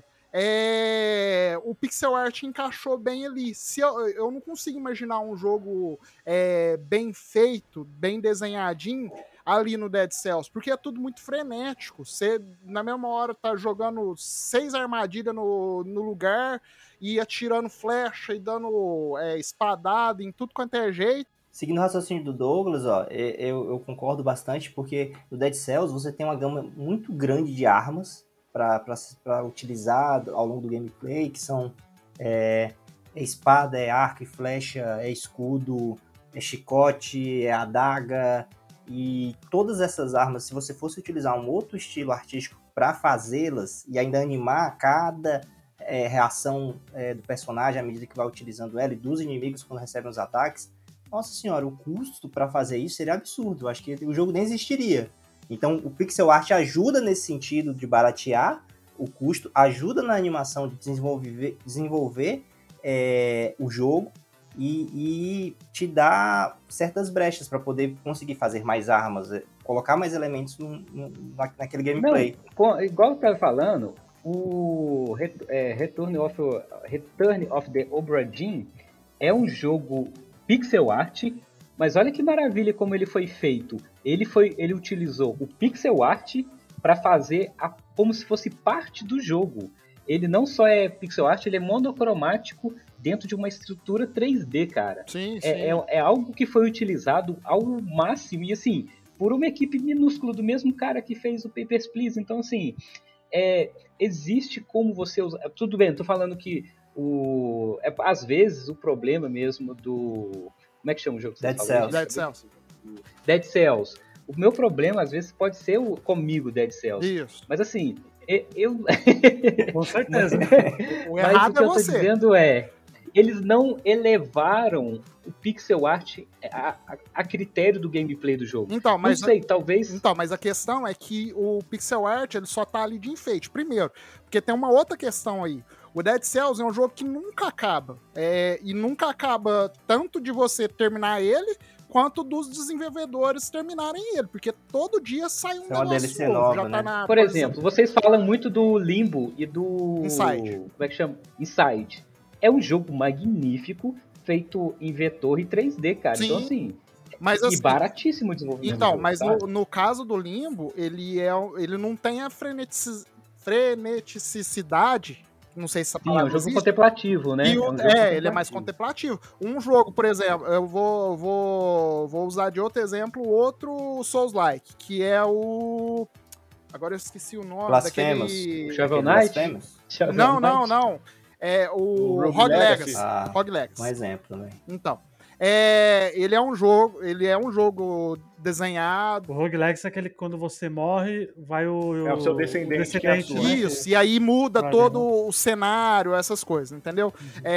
é, o pixel art encaixou bem ali. Se eu, eu não consigo imaginar um jogo é, bem feito, bem desenhadinho ali no Dead Cells, porque é tudo muito frenético. Você, na mesma hora, tá jogando seis armadilhas no, no lugar e atirando flecha e dando é, espadada em tudo quanto é jeito. Seguindo o raciocínio do Douglas, ó, eu, eu concordo bastante, porque no Dead Cells você tem uma gama muito grande de armas para utilizar ao longo do gameplay, que são é, é espada, é arco e flecha, é escudo, é chicote, é adaga, e todas essas armas, se você fosse utilizar um outro estilo artístico para fazê-las e ainda animar cada é, reação é, do personagem à medida que vai utilizando ela e dos inimigos quando recebem os ataques, nossa senhora, o custo para fazer isso seria absurdo. Eu acho que o jogo nem existiria. Então, o pixel art ajuda nesse sentido de baratear o custo, ajuda na animação de desenvolver, desenvolver é, o jogo, e, e te dá certas brechas para poder conseguir fazer mais armas, colocar mais elementos no, no, naquele gameplay. Não, igual eu tava falando, o é, Return, of, Return of the Obra Dinn é um jogo pixel art, mas olha que maravilha como ele foi feito. Ele, foi, ele utilizou o pixel art para fazer a, como se fosse parte do jogo. Ele não só é pixel art, ele é monocromático dentro de uma estrutura três D, cara. Sim, sim. É, é, é algo que foi utilizado ao máximo, e assim, por uma equipe minúscula do mesmo cara que fez o Papers, Please. Então, assim, é, existe como você usar... Tudo bem, tô falando que o, é, às vezes o problema mesmo do... Como é que chama o jogo que você Dead falou? Cells. Dead Cells. Dead Cells. O meu problema, às vezes, pode ser o, comigo, Dead Cells. Isso. Mas assim, eu... Com certeza. O Mas errado o que é eu tô você. dizendo é, eles não elevaram o pixel art a, a, a critério do gameplay do jogo. Então, mas não sei, talvez... Então, mas a questão é que o pixel art ele só tá ali de enfeite, primeiro. Porque tem uma outra questão aí. O Dead Cells é um jogo que nunca acaba. É, e nunca acaba tanto de você terminar ele, quanto dos desenvolvedores terminarem ele. Porque todo dia sai um É uma negócio D L C novo. nova, Já tá né? na, Por exemplo, vocês falam muito do Limbo e do... Inside. Como é que chama? Inside. É um jogo magnífico, feito em vetor e três D, cara. Sim. Então, assim... Mas, e assim, baratíssimo o desenvolvimento. Então, do jogo, mas sabe? no, no caso do Limbo, ele, é, ele não tem a frenetici, freneticidade. Não sei se essa Sim, é um palavra jogo existe. contemplativo, né? E o- É, um jogo é, ele é mais contemplativo. contemplativo. Um jogo, por exemplo, eu vou, vou, vou usar de outro exemplo, outro Souls-like, que é o... Agora eu esqueci o nome Blasphemous. daquele... Shovel Aquele Knight? Blasphemous? Shovel Não, não, Knight? não. É o O Rogue Rogue Legacy. Legacy. Ah, Rogue Legacy. um exemplo também. Então, é, ele é um jogo, ele é um jogo desenhado. O roguelike é aquele que quando você morre, vai o, É o seu descendente que atua, né? Isso, e aí muda Vai, todo né? o cenário, essas coisas, entendeu?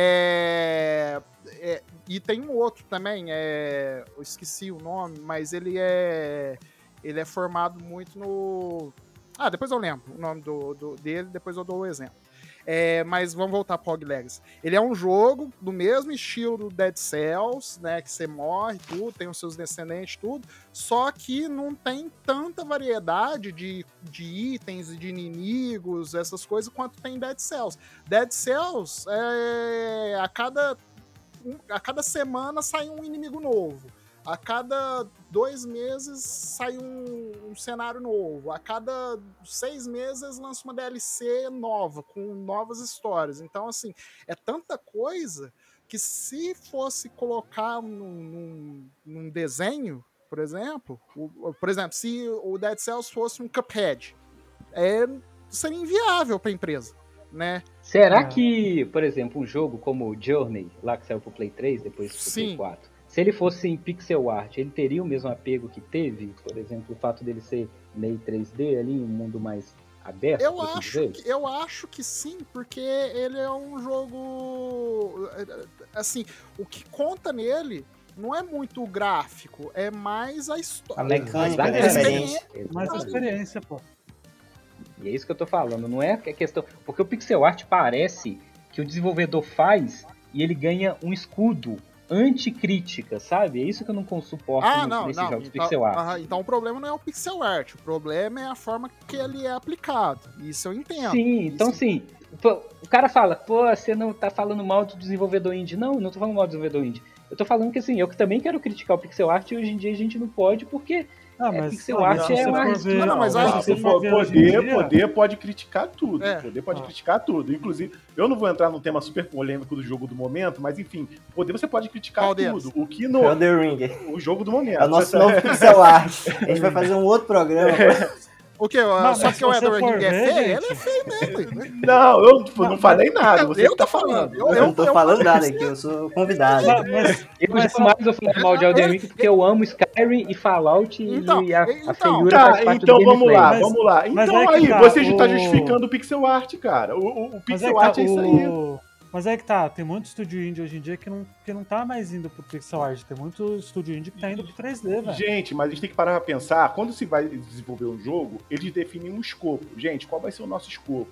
É, é, e tem um outro também, é, eu esqueci o nome, mas ele é ele é formado muito no... Ah, depois eu lembro o nome do, do- dele, depois eu dou o exemplo. É, mas vamos voltar pro Rogue Legacy. Ele é um jogo do mesmo estilo do Dead Cells, né? Que você morre, tudo, tem os seus descendentes, tudo. Só que não tem tanta variedade de, de itens e de inimigos, essas coisas, quanto tem Dead Cells. Dead Cells, é, a, cada, um- a cada semana sai um inimigo novo. A cada dois meses sai um, um cenário novo. A cada seis meses lança uma D L C nova, com novas histórias. Então, assim, é tanta coisa que se fosse colocar num, num- num desenho, por exemplo, o- por exemplo, se o Dead Cells fosse um Cuphead, é, seria inviável para a empresa, né? Será É. que, por exemplo, um jogo como o Journey, lá que saiu pro Play três, depois pro Sim. Play quatro, se ele fosse em pixel art, ele teria o mesmo apego que teve? Por exemplo, o fato dele ser meio três D ali, um mundo mais aberto? Eu por assim acho, dizer? que, eu acho que sim, porque ele é um jogo. Assim, o que conta nele não é muito o gráfico, é mais a história. A mecânica, Mas a a experiência. Mais a Exatamente. experiência, pô. E é isso que eu tô falando, não é que a questão... Porque o pixel art parece que o desenvolvedor faz e ele ganha um escudo anticrítica, sabe? É isso que eu não suporto Ah, muito não, nesses não. jogos Então, pixel art. aham, então o problema não é o pixel art, o problema é a forma que ele é aplicado. Isso eu entendo. Sim, então Isso- sim. Pô, o cara fala, pô, você não tá falando mal do desenvolvedor indie. Não, não tô falando mal do desenvolvedor indie. Eu tô falando que assim, eu que também quero criticar o pixel art e hoje em dia a gente não pode porque Ah, É, mas, pixel ah, mas art se é você uma- for ver- Não, não, mas se acho Ah, que você se for po- ver hoje em poder, dia- poder pode criticar tudo. É. Poder pode Ah. criticar tudo. Inclusive, eu não vou entrar num tema super polêmico do jogo do momento, mas enfim, poder você pode criticar Qual deles? tudo. O que no. Elden Ring. O jogo do momento. É o nosso novo pixel art. A gente vai fazer um outro programa. O quê? Não, Só mas porque o se você Elden Ring for é ver, feio? gente- Ele é feio mesmo. né? Não, eu tipo, não, falei nada. Você eu que tá tô falando, falando. eu- Eu não tô falando nada aqui, eu sou convidado. Mas- mas- eu Mas jamais vou falar mal de Elden Ring porque eu amo Skyrim e Fallout e Então, a, a então. feiura Tá, faz parte então do vamos gameplay. lá, Mas- vamos lá. mas Então aí que aí, tá, você já tá o- justificando o pixel art, cara. O, o, o Mas pixel é, art que é tá, isso aí. o... Mas é que tá, tem muito estúdio indie hoje em dia que não, que não tá mais indo pro pixel art. Tem muito estúdio indie que tá indo pro três D, velho. Gente, mas a gente tem que parar pra pensar, quando se vai desenvolver um jogo, eles definem um escopo. Gente, qual vai ser o nosso escopo?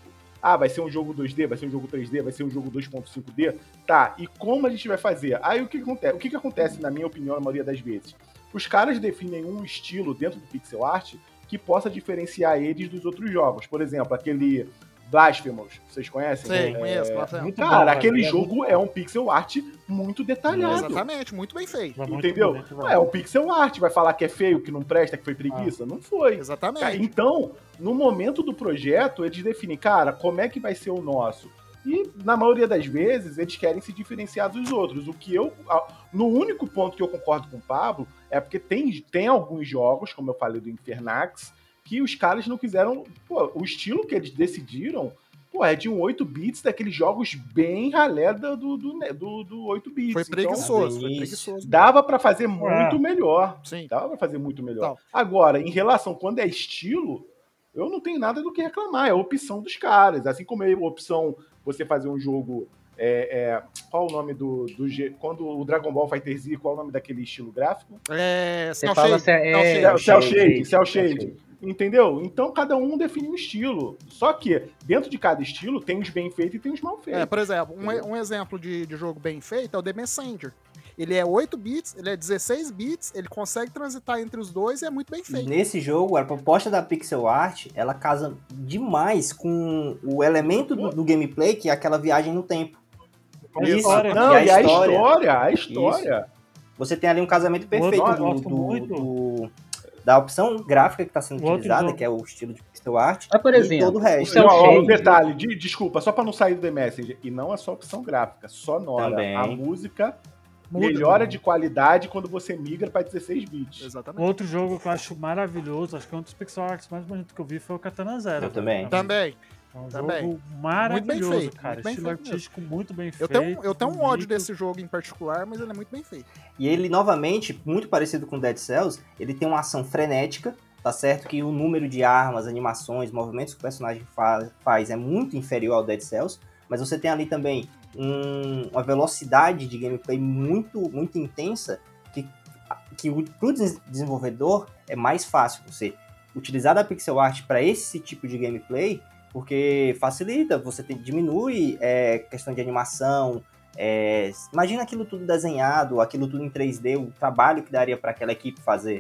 Ah, vai ser um jogo dois D, vai ser um jogo três D, vai ser um jogo dois ponto cinco D? Tá, e como a gente vai fazer? Aí o que acontece? O que, que acontece, na minha opinião, na maioria das vezes? Os caras definem um estilo dentro do pixel art que possa diferenciar eles dos outros jogos. Por exemplo, aquele Blasphemous, vocês conhecem? Sim, É, conheço, Blasphemous. Muito Cara, bom, aquele velho. jogo é um pixel art muito detalhado. Exatamente, muito bem feito. Vai muito Entendeu? bonito, velho. É um pixel art, vai falar que é feio, que não presta, que foi preguiça? Não foi. Cara, Exatamente. então, no momento do projeto, eles definem, cara, como é que vai ser o nosso? E, na maioria das vezes, eles querem se diferenciar dos outros. O que eu... No único ponto que eu concordo com o Pablo é porque tem, tem alguns jogos, como eu falei do Infernax, que os caras não quiseram... Pô, o estilo que eles decidiram, pô, é de um oito bits, daqueles jogos bem ralé do, do, do, do oito bits. Foi Então, preguiçoso, foi isso. preguiçoso. dava pra fazer muito melhor. Sim. Dava pra fazer muito melhor. Então. Agora, em relação quando é estilo, eu não tenho nada do que reclamar. É a opção dos caras. Assim como é a opção você fazer um jogo... É, é, qual o nome do, do... G- Quando o Dragon Ball Fighter Z, qual o nome daquele estilo gráfico? É, Você Cell fala Shade, se é- Cell é- Shade. Cell, Cell Shade, Shade, Cell Cell Shade. Shade. Entendeu? Então cada um define um estilo. Só que dentro de cada estilo tem os bem feitos e tem os mal feitos. É, por exemplo, um, Entendeu? um exemplo de, de jogo bem feito é o The Messenger. Ele é oito bits, ele é dezesseis bits, ele consegue transitar entre os dois e é muito bem feito. Nesse jogo, a proposta da pixel art, ela casa demais com o elemento do, do gameplay, que é aquela viagem no tempo. A Isso. história. Não, E a e a história? história, a história. Você tem ali um casamento perfeito eu do, gosto do- muito. do- da opção gráfica que está sendo O outro utilizada, jogo. que é o estilo de pixel art, Mas, por e exemplo, todo o resto. o Cell Não, ó, um Shade- detalhe, de- desculpa, só pra não sair do The Messenger. E não é só opção gráfica, sonora. Também. A música Muda. melhora de qualidade quando você migra pra dezesseis bits. Exatamente. Outro jogo que eu acho maravilhoso, acho que é um dos pixel arts mais bonitos que eu vi, foi o Katana Zero. Eu também. Também. É um Também. jogo maravilhoso, feito, cara. muito bem Estilo feito mesmo. artístico muito bem Eu feito. tenho, eu tenho um ódio bonito. desse jogo em particular, mas ele é muito bem feito. E ele, novamente, muito parecido com Dead Cells, ele tem uma ação frenética, tá certo? Que o número de armas, animações, movimentos que o personagem fa- faz é muito inferior ao Dead Cells, mas você tem ali também um- uma velocidade de gameplay muito, muito intensa, que, que para o desenvolvedor é mais fácil você utilizar a pixel art para esse tipo de gameplay, porque facilita, você tem, diminui é, questão de animação. É, imagina aquilo tudo desenhado, aquilo tudo em três D, o trabalho que daria para aquela equipe fazer.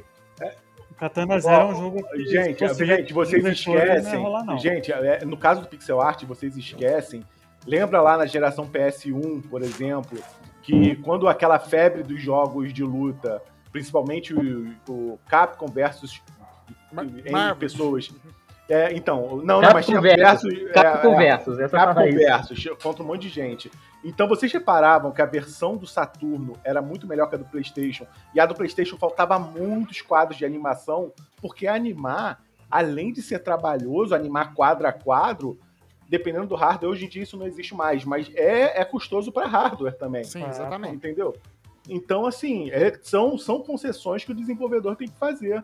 O Katana Zero é um jogo que, Gente, se fosse gente, vocês divertido, não ia esquecem. rolar, não. Gente, é, no caso do pixel art, vocês esquecem. Lembra lá na geração P S um, por exemplo, que quando aquela febre dos jogos de luta, principalmente o, o Capcom versus Mar- entre Marvel. pessoas. É, então, não, não, Capcom mas tinha versus. versus. Capcom é, é, versus, essa Capcom fala isso. versus, contra um monte de gente. Então vocês reparavam que a versão do Saturno era muito melhor que a do PlayStation, e a do PlayStation faltava muitos quadros de animação, porque animar, além de ser trabalhoso, animar quadro a quadro, dependendo do hardware, hoje em dia isso não existe mais, mas é, é custoso para hardware também. Sim, Ah, exatamente. Entendeu? Então, assim, é- são, são concessões que o desenvolvedor tem que fazer.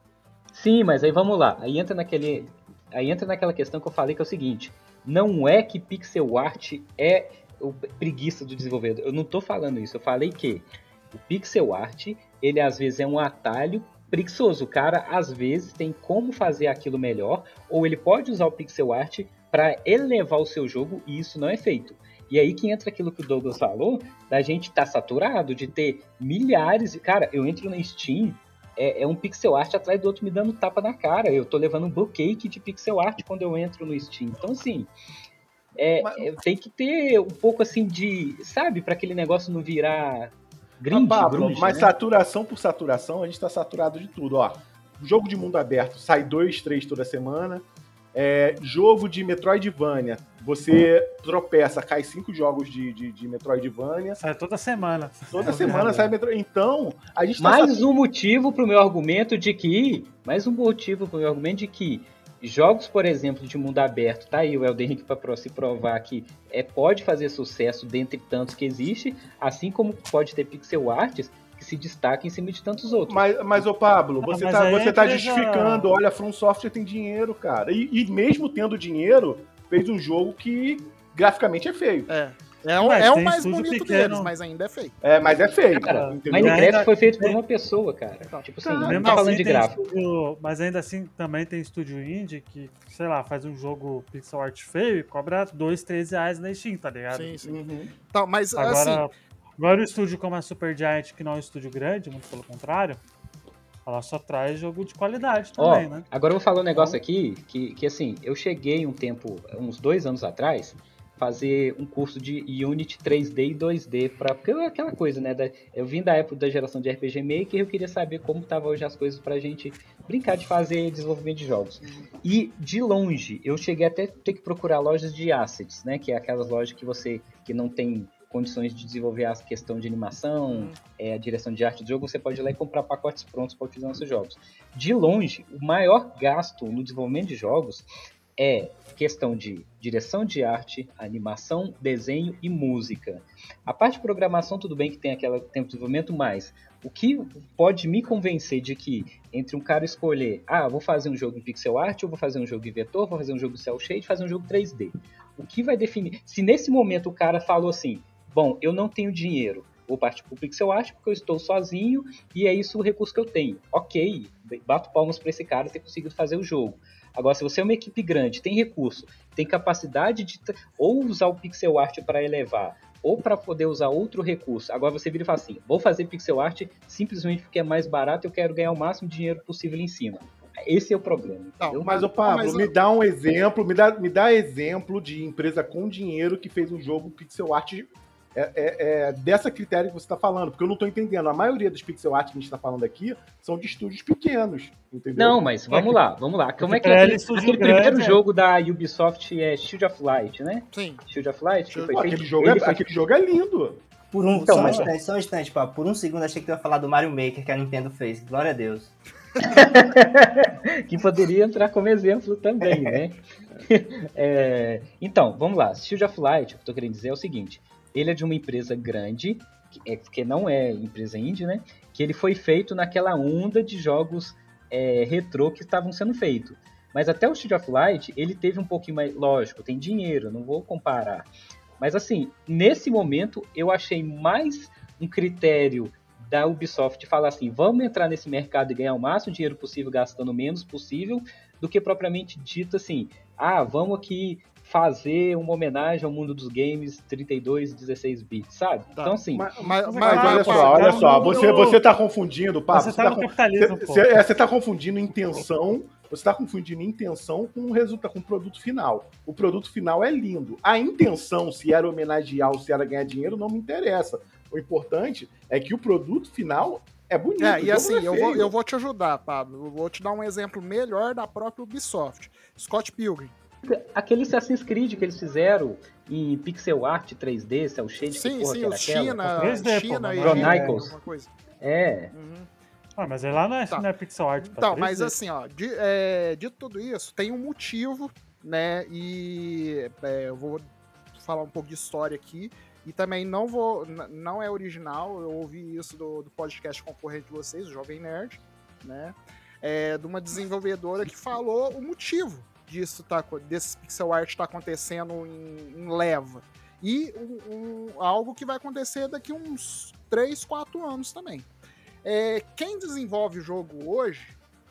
Sim, mas aí vamos lá. Aí entra naquele, aí entra naquela questão que eu falei que é o seguinte: não é que pixel art é o preguiça do desenvolvedor. Eu não tô falando isso. Eu falei que o pixel art, ele às vezes é um atalho preguiçoso. O cara às vezes tem como fazer aquilo melhor, ou ele pode usar o pixel art para elevar o seu jogo e isso não é feito. E aí que entra aquilo que o Douglas falou, da gente estar tá saturado, de ter milhares de... Cara, eu entro na Steam, é, é um pixel art atrás do outro me dando tapa na cara. Eu tô levando um bloqueio de pixel art quando eu entro no Steam. Então, assim, é, Mas- é, tem que ter um pouco, assim, de... Sabe, para aquele negócio não virar grind, Ah, Pablo, grunge, mas né? saturação por saturação, a gente tá saturado de tudo, ó. Jogo de mundo aberto, sai dois, três toda semana. É, jogo de Metroidvania, você tropeça, cai cinco jogos de, de, de Metroidvania. Sai toda semana. Toda É semana verdade. sai Metroid. Então, a gente tá Mais um motivo pro meu argumento de que... Mais um motivo pro meu argumento de que jogos, por exemplo, de mundo aberto, tá aí o Elden Ring para se provar que é, pode fazer sucesso dentre tantos que existe, assim como pode ter pixel arts que se destacam em cima de tantos outros. Mas, mas ô Pablo, Ah, você mas tá, aí você a tá empresa- justificando, olha, a From Software tem dinheiro, cara. E, e mesmo tendo dinheiro, fez um jogo que graficamente é feio. É. É, o- Mas é o tem mais estúdio bonito pequeno. deles, mas ainda é feio. É, mas é feio. Cara, entendeu? Minecraft ainda- foi feito por uma pessoa, cara. Tipo assim, Tá, não Mesmo tá falando assim, de tem gráfico. estúdio- mas ainda assim também tem estúdio indie que, sei lá, faz um jogo pixel art feio e cobra dois, três reais na Steam, tá ligado? Sim, sim. Uhum. Então, mas Agora, assim, agora o estúdio como a Supergiant, que não é um estúdio grande, muito pelo contrário, ela só traz jogo de qualidade Ó, também, né? agora eu vou falar um negócio aqui, que, que assim, eu cheguei um tempo, uns dois anos atrás, fazer um curso de Unity três D e dois D, pra, porque é aquela coisa, né, da, eu vim da época da geração de R P G Maker e eu queria saber como estavam hoje as coisas pra gente brincar de fazer desenvolvimento de jogos. E, de longe, eu cheguei até a ter que procurar lojas de assets, né, que é aquelas lojas que você, que não tem condições de desenvolver a questão de animação, Uhum. é, a direção de arte do jogo, você pode ir lá e comprar pacotes prontos para utilizar nos seus jogos. De longe, o maior gasto no desenvolvimento de jogos é questão de direção de arte, animação, desenho e música. A parte de programação, tudo bem que tem aquela tempo de desenvolvimento, mas o que pode me convencer de que entre um cara escolher, ah, vou fazer um jogo em pixel art, ou vou fazer um jogo em vetor, vou fazer um jogo em cel shade, fazer um jogo três D. O que vai definir? Se nesse momento o cara falou assim, bom, eu não tenho dinheiro, vou partir para o pixel art porque eu estou sozinho e é isso o recurso que eu tenho. Ok, bato palmas para esse cara ter conseguido fazer o jogo. Agora, se você é uma equipe grande, tem recurso, tem capacidade de ou usar o pixel art para elevar, ou para poder usar outro recurso, agora você vira e fala assim, vou fazer pixel art simplesmente porque é mais barato e eu quero ganhar o máximo de dinheiro possível em cima. Esse é o problema. Não, Mas, ô Pablo, mas, me dá um exemplo, me dá, me dá exemplo de empresa com dinheiro que fez um jogo pixel art é, é, é dessa critério que você está falando, porque eu não estou entendendo. A maioria dos pixel art que a gente está falando aqui são de estúdios pequenos, entendeu? Não, mas vamos lá, vamos lá. Como é que pra é ele, aquele, estúdio aquele grande, primeiro é. jogo da Ubisoft é Shield of Light, né? sim. Shield of Light, que Shield- foi Pô, feito... aquele, jogo ele é, foi- aquele jogo é lindo. Por um, Então, só um mas- instante, só um instante, pá. Por um segundo achei que tu ia falar do Mario Maker que a Nintendo fez. Glória a Deus. que poderia entrar como exemplo também, né? É, então, vamos lá. Shield of Light, o que eu tô querendo dizer é o seguinte. Ele é de uma empresa grande, que, é, que não é empresa indie, né? Que ele foi feito naquela onda de jogos é, retrô que estavam sendo feitos. Mas até o Shield of Light, ele teve um pouquinho mais... Lógico, tem dinheiro, não vou comparar. Mas assim, nesse momento, eu achei mais um critério da Ubisoft falar assim, vamos entrar nesse mercado e ganhar o máximo de dinheiro possível, gastando o menos possível, do que propriamente dito assim, ah, vamos aqui fazer uma homenagem ao mundo dos games trinta e dois e dezesseis bits, sabe? Tá. Então assim, Mas, mas, Mas, mas, Mas Ah, olha pá, só, olha tá só, no- você, você tá confundindo, Pablo. Você tá no con- capitalismo, você- pô. você- é, você tá confundindo intenção, você tá confundindo intenção com o resultado, com o produto final. O produto final é lindo. A intenção, se era homenagear ou se era ganhar dinheiro, não me interessa. O importante é que o produto final é bonito. É, o e jogo assim, não é eu vou, feio. eu vou te ajudar, Pablo. Eu vou te dar um exemplo melhor da própria Ubisoft. Scott Pilgrim. aquele Assassin's Creed que eles fizeram em pixel art três D, cel shade, que Sim, porra sim, que era os aquela? China, três D, pô, China mas e não é- Chronicles. alguma coisa. É, Uhum. Ah, mas aí lá não é, Tá. não é pixel art. pá, Então, três mas D. assim, ó, de, é, dito tudo isso, tem um motivo, né? E é, eu vou falar um pouco de história aqui. E também não vou. n- Não é original, eu ouvi isso do, do podcast concorrente de vocês, o Jovem Nerd, né? É, de uma desenvolvedora que falou o motivo disso tá, co- desse pixel art tá acontecendo em, em leva. E um- um- algo que vai acontecer daqui uns três, quatro anos também. É, quem desenvolve o jogo hoje,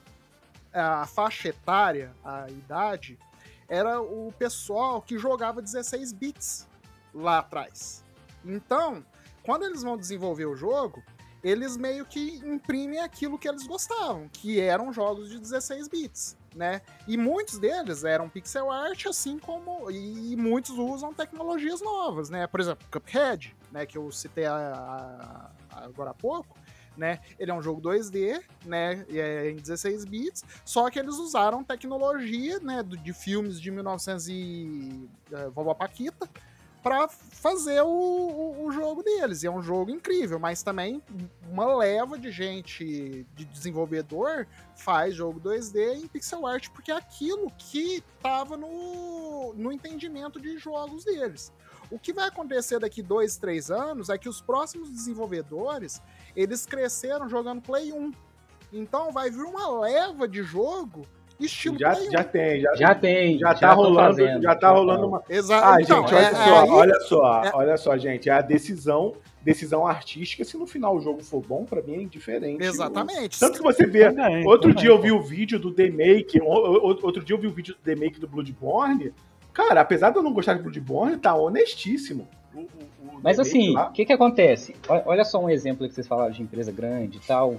a faixa etária, a idade, era o pessoal que jogava dezesseis bits lá atrás. Então, quando eles vão desenvolver o jogo, eles meio que imprimem aquilo que eles gostavam, que eram jogos de dezesseis bits, né? E muitos deles eram pixel art, assim como... E muitos usam tecnologias novas, né? Por exemplo, Cuphead, né, que eu citei a- a- agora há pouco, né? Ele é um jogo dois D, né? E é em dezesseis bits, só que eles usaram tecnologia, né? do- De filmes de mil e novecentos e... É, Vovó Paquita, para fazer o, o, o jogo deles. E é um jogo incrível, mas também uma leva de gente, de desenvolvedor, faz jogo dois D em pixel art, porque é aquilo que estava no, no entendimento de jogos deles. O que vai acontecer daqui dois, três anos é que os próximos desenvolvedores, eles cresceram jogando Play um. Então vai vir uma leva de jogo estilo Já, Play um. já tem, já, Já tem, já já tá tô rolando, fazendo, já tá já rolando tá. uma. Exato. Ah, então, gente, é, olha é só, aí- olha só, é- olha só, gente, é a decisão, decisão artística, se no final o jogo for bom, pra mim é indiferente. Exatamente. Tanto que você vê, Também, outro também, dia eu pô. vi o vídeo do The Make, o- o- outro dia eu vi o vídeo do The Make do Bloodborne, cara, apesar de eu não gostar de Bloodborne, tá honestíssimo. O- o- o Mas The Make assim, lá- o que que acontece? O- Olha só um exemplo que vocês falaram de empresa grande e tal.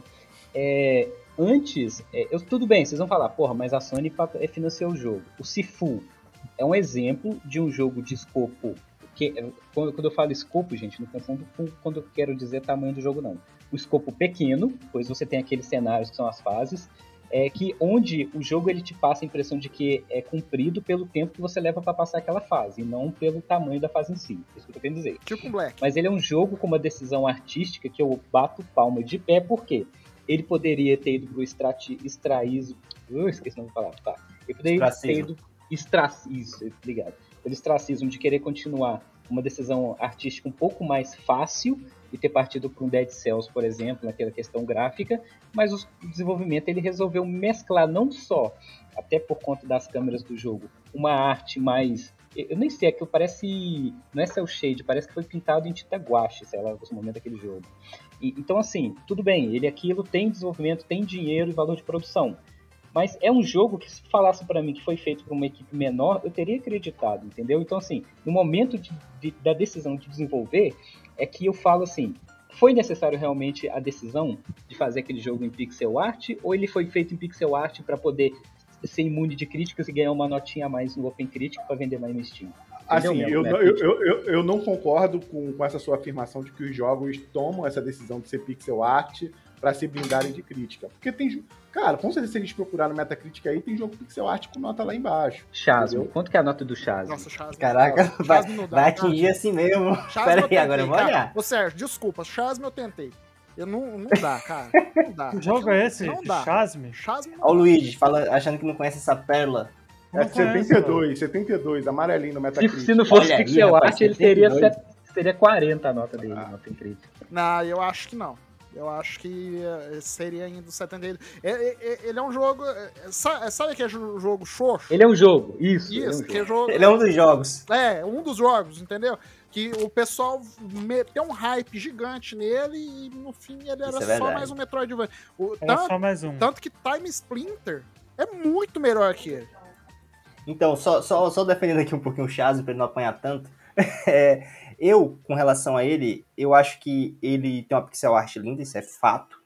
É, antes, é, eu, tudo bem, vocês vão falar, porra, mas a Sony pa- é, financiou o jogo. O Sifu é um exemplo de um jogo de escopo. Que, é, quando, quando eu falo escopo, gente, não confundo com quando eu quero dizer tamanho do jogo, não. O escopo pequeno, pois você tem aqueles cenários que são as fases, é que onde o jogo ele te passa a impressão de que é cumprido pelo tempo que você leva para passar aquela fase, e não pelo tamanho da fase em si. É isso que eu tô querendo dizer. Tipo um Black. Mas ele é um jogo com uma decisão artística que eu bato palma de pé, porque ele poderia ter ido pro extrati, extraísmo. Eu esqueci o nome da palavra, tá? Ele poderia ter Ostracismo. ido. Extra, isso, obrigado. Pelo ostracismo de querer continuar uma decisão artística um pouco mais fácil e ter partido para um Dead Cells, por exemplo, naquela questão gráfica, mas o desenvolvimento ele resolveu mesclar não só, até por conta das câmeras do jogo, uma arte mais. Eu nem sei, aquilo parece. Não é cel shade, parece que foi pintado em tinta guache, sei lá, no momento daquele jogo. E, então, assim, tudo bem, ele aquilo tem desenvolvimento, tem dinheiro e valor de produção. Mas é um jogo que, se falasse para mim que foi feito por uma equipe menor, eu teria acreditado, entendeu? Então, assim, no momento de, de, da decisão de desenvolver, é que eu falo assim, foi necessário realmente a decisão de fazer aquele jogo em pixel art, ou ele foi feito em pixel art para poder ser imune de críticas e ganhar uma notinha a mais no Open Critic para vender mais no Steam? Entendeu, Assim, minha- eu, minha não- eu, crítica? eu, eu, eu não concordo com, com essa sua afirmação de que os jogos tomam essa decisão de ser pixel art pra se blindarem de crítica. Porque tem. jo- Cara, com certeza se eles procurarem no Metacritic aí, tem jogo pixel art com nota lá embaixo. Chasmo, entendeu? quanto que é a nota do Chasmo? Nossa, Chasmo. Caraca, Chasmo vai, não dá, vai cara. atingir assim mesmo. Chasmo Pera eu aí, tentei, agora eu vou cara. olhar. Ô, Sérgio, desculpa, Chasmo eu tentei. Eu não, não dá, cara. Não dá. Que jogo é esse? Não dá. Chasme? Chasmo não Ó o dá. Luigi, fala, achando que não conhece essa pérola. Não É conheço, setenta e dois, setenta e dois, amarelinho no Se, Metacritic. se não fosse Olha aí, pixel rapaz, art, ele seria, setenta e dois. set- seria quarenta a nota dele no Open Critic. Não, eu acho que não. Eu acho que eh, seria ainda o setenta e dois. É, é, é, Ele é um jogo. é, é, sa- Sabe aquele jo- jogo xoxo? Ele é um jogo, isso. ele é um Isso, jogo. que é jogo. Ele é um dos jogos. É, um dos jogos, entendeu? Que o pessoal meteu um hype gigante nele e no fim ele era Isso é só verdade. mais um Metroidvania. O- Era tanto, só mais um. tanto que Time Splinter é muito melhor que ele. Então, só, só, só defendendo aqui um pouquinho o Chazio pra ele não apanhar tanto. é, eu, com relação a ele, eu acho que ele tem uma pixel art linda, isso é fato.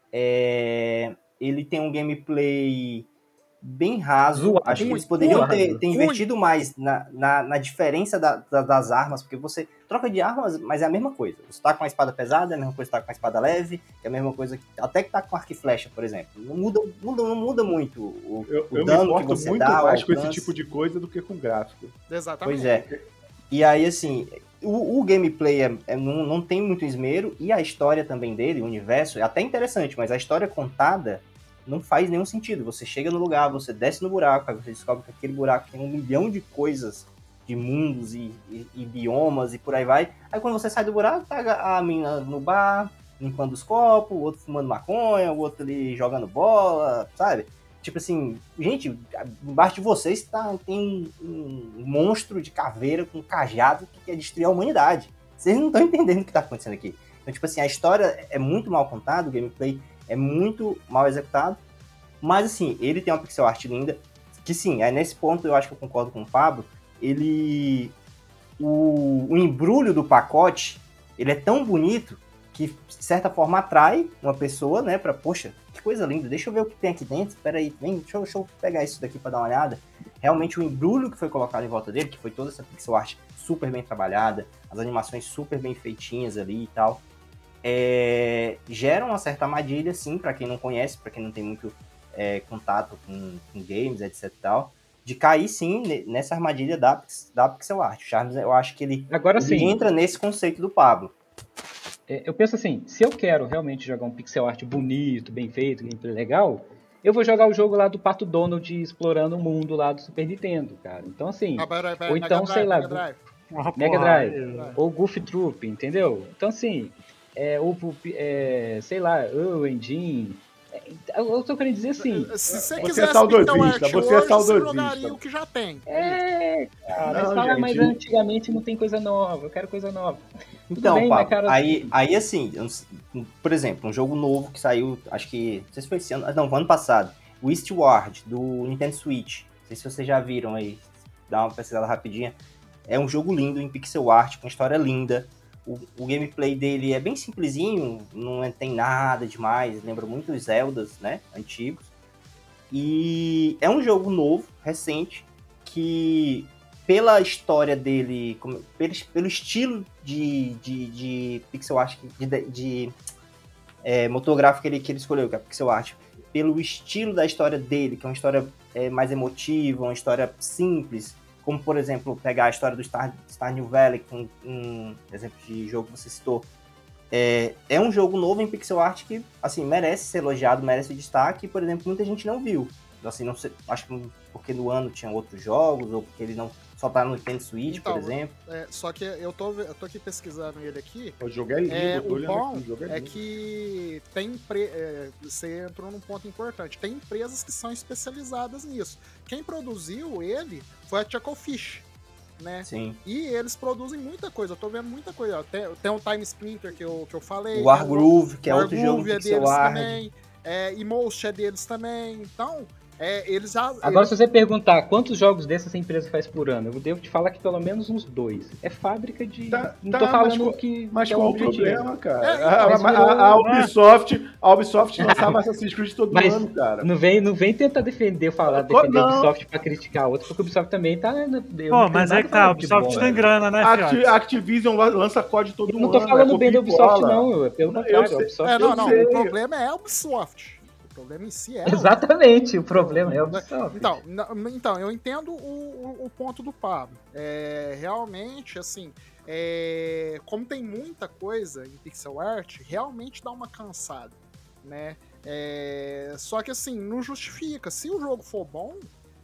É, ele tem um gameplay bem raso. Zoado. Acho que Ruim, eles poderiam ruim, ter, ter ruim. investido mais na, na, na diferença da- da- das armas, porque você troca de armas, mas é a mesma coisa. Você tá com uma espada pesada, é a mesma coisa que tá com uma espada leve, é a mesma coisa que, até que tá com arco e flecha, por exemplo. Não muda, muda, não muda muito o, Eu, o eu me dano que importo você muito dá, o mais com esse alcance. tipo de coisa do que com gráfico. Exatamente. Pois é. E aí, assim, o, o gameplay é, é- não, não tem muito esmero, e a história também dele, o universo, é até interessante, mas a história contada não faz nenhum sentido. Você chega no lugar, você desce no buraco, aí você descobre que aquele buraco tem um milhão de coisas, de mundos e, e- e biomas e por aí vai. Aí quando você sai do buraco, tá a menina no bar, limpando os copos, o outro fumando maconha, o outro ali jogando bola, sabe? Tipo assim, gente, embaixo de vocês tá, tem um, um monstro de caveira com um cajado que quer destruir a humanidade. Vocês não estão entendendo o que tá acontecendo aqui. Então, tipo assim, a história é muito mal contada, o gameplay é muito mal executado, mas assim, ele tem uma pixel art linda, que sim, aí nesse ponto eu acho que eu concordo com o Pablo, ele... O, o embrulho do pacote, ele é tão bonito que, de certa forma, atrai uma pessoa, né, pra, poxa, que coisa linda, deixa eu ver o que tem aqui dentro, peraí, vem, deixa eu, deixa eu pegar isso daqui pra dar uma olhada. Realmente o embrulho que foi colocado em volta dele, que foi toda essa pixel art super bem trabalhada, as animações super bem feitinhas ali e tal, é, gera uma certa armadilha, sim, pra quem não conhece, pra quem não tem muito é, contato com, com games, etc e tal, de cair, sim, ne- nessa armadilha da, pix- da pixel art. O Charles, eu acho que ele, Agora ele sim, entra nesse conceito do Pablo. é, eu penso assim, se eu quero realmente jogar um pixel art bonito, bem feito, gameplay legal, eu vou jogar o jogo lá do Pato Donald explorando o mundo lá do Super Nintendo, cara. Então assim, Ah, peraí, peraí, ou então, Mega sei Drive, lá, Mega Drive. Ah, Mega porra, Drive. aí- ou Goof Troop, entendeu? Então assim, é, ou, é, sei lá, o Engine, Eu tô querendo dizer assim. Se você Você quisesse é saudosista, pixel art você é hoje, você saudosista. jogaria o que já tem. É, cara, Não, você fala, mas gente. antigamente não tem coisa nova, eu quero coisa nova. Tudo Então, bem, mas Pablo, cara. aí, aí assim, eu não sei, por exemplo, um jogo novo que saiu, acho que, não sei se foi esse ano, não, foi ano passado, o Eastward, do Nintendo Switch, não sei se vocês já viram aí, dá uma pesquisada rapidinha, é um jogo lindo em pixel art, com história linda, o, o gameplay dele é bem simplesinho, não é- tem nada demais, lembra muito os Zeldas, né, antigos, e é um jogo novo, recente, que pela história dele, como- pelo, pelo estilo de, de, de pixel art, de, de é, motor gráfico que ele, que ele escolheu, que é pixel art, pelo estilo da história dele, que é uma história é, mais emotiva, uma história simples, como, por exemplo, pegar a história do Star, Stardew Valley, com um exemplo de jogo que você citou. É, é um jogo novo em pixel art que, assim, merece ser elogiado, merece destaque, e, por exemplo, muita gente não viu. Assim, não sei, acho que porque no ano tinha outros jogos, ou porque ele não só tá no Nintendo Switch, Então, por exemplo. É, só que eu tô, eu tô aqui pesquisando ele aqui. O jogo é lindo, É, eu tô o olhando bom aqui, o jogo é é lindo. que tem empre... é, você entrou num ponto importante. Tem empresas que são especializadas nisso. Quem produziu ele foi a Chucklefish, né? Sim. E eles produzem muita coisa. Eu tô vendo muita coisa. Ó. Tem, tem o Time Splinter que eu, que eu falei. O Wargroove, que é o outro jogo Wargroove é pixel deles art. também. É, e Most é deles também. Então, é, eles já. Agora, eles... se você perguntar quantos jogos dessa empresa faz por ano, eu devo te falar que pelo menos uns dois. É fábrica de. Tá, não tá, tô falando mas qual- que. Mas que é qual o objetivo. problema, cara? É, a, mas a- virou- a- a Ubisoft, a Ubisoft lançava Assassin's Creed todo Mas ano, cara. não vem, não vem tentar defender, falar, Co- defender a não. Ubisoft pra criticar a outra, porque a Ubisoft também tá. Eu não Pô, tenho mas nada é que a tá, falar a de Ubisoft bom, tem velho. grana, né, A Acti- fiote? a Activision la- lança código todo Eu ano. não tô falando é bem da copia e Ubisoft, cola. não. eu- Pelo Eu contrário, sei- a Ubisoft É, não, eu não. sei. O problema é a Ubisoft. O problema em si é. a Exatamente, o problema é a Ubisoft. Então, n- então eu entendo o, o, o ponto do Pablo. É, realmente, assim, é, como tem muita coisa em pixel art, realmente dá uma cansada, né? É, só que assim, não justifica. Se o jogo for bom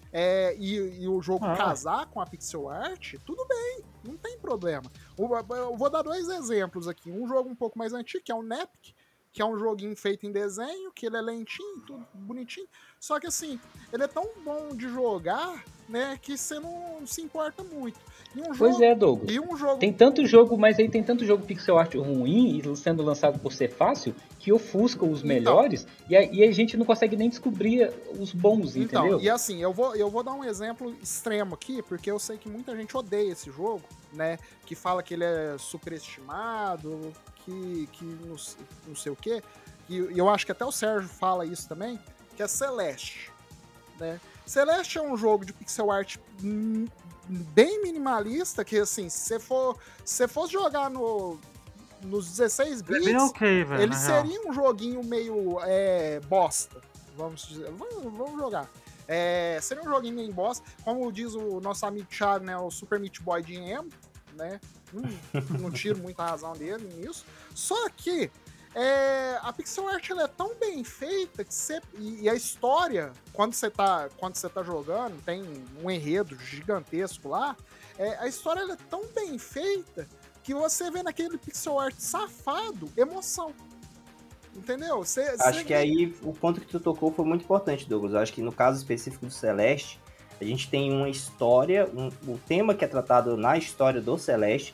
é, e, e o jogo Ah. casar com a pixel art, tudo bem, não tem problema. Eu, eu vou dar dois exemplos aqui. Um jogo um pouco mais antigo, que é o Nepic, que é um joguinho feito em desenho, que ele é lentinho, tudo bonitinho. Só que assim, ele é tão bom de jogar, né, que você não se importa muito. E um Pois jogo, é, Douglas. e um jogo Tem tanto jogo, mas aí tem tanto jogo pixel art ruim e sendo lançado por ser fácil que ofusca os Então. melhores e, a, e a gente não consegue nem descobrir os bons, Então, entendeu? e assim, eu vou, eu vou dar um exemplo extremo aqui, porque eu sei que muita gente odeia esse jogo, né? Que fala que ele é superestimado, que, que não, não sei o quê. E eu acho que até o Sérgio fala isso também, que é Celeste, né? Celeste é um jogo de pixel art hum, bem minimalista, que assim, se você for, se você fosse jogar no, nos dezesseis É bem bits, ok, velho, ele na real. seria um joguinho meio é, bosta, vamos dizer. Vamos, vamos jogar. É, seria um joguinho meio bosta, como diz o nosso amigo Thiago, né, o Super Meat Boy de emo, né? Hum, não tiro muita razão dele nisso. Só que é, a pixel art ela é tão bem feita que você, e, e a história, quando você tá, quando você tá jogando, tem um enredo gigantesco lá. É, a história ela é tão bem feita que você vê naquele pixel art safado emoção. Entendeu? Cê, Acho cê que vê- aí o ponto que tu tocou foi muito importante, Douglas. Eu acho que no caso específico do Celeste, a gente tem uma história, um, o tema que é tratado na história do Celeste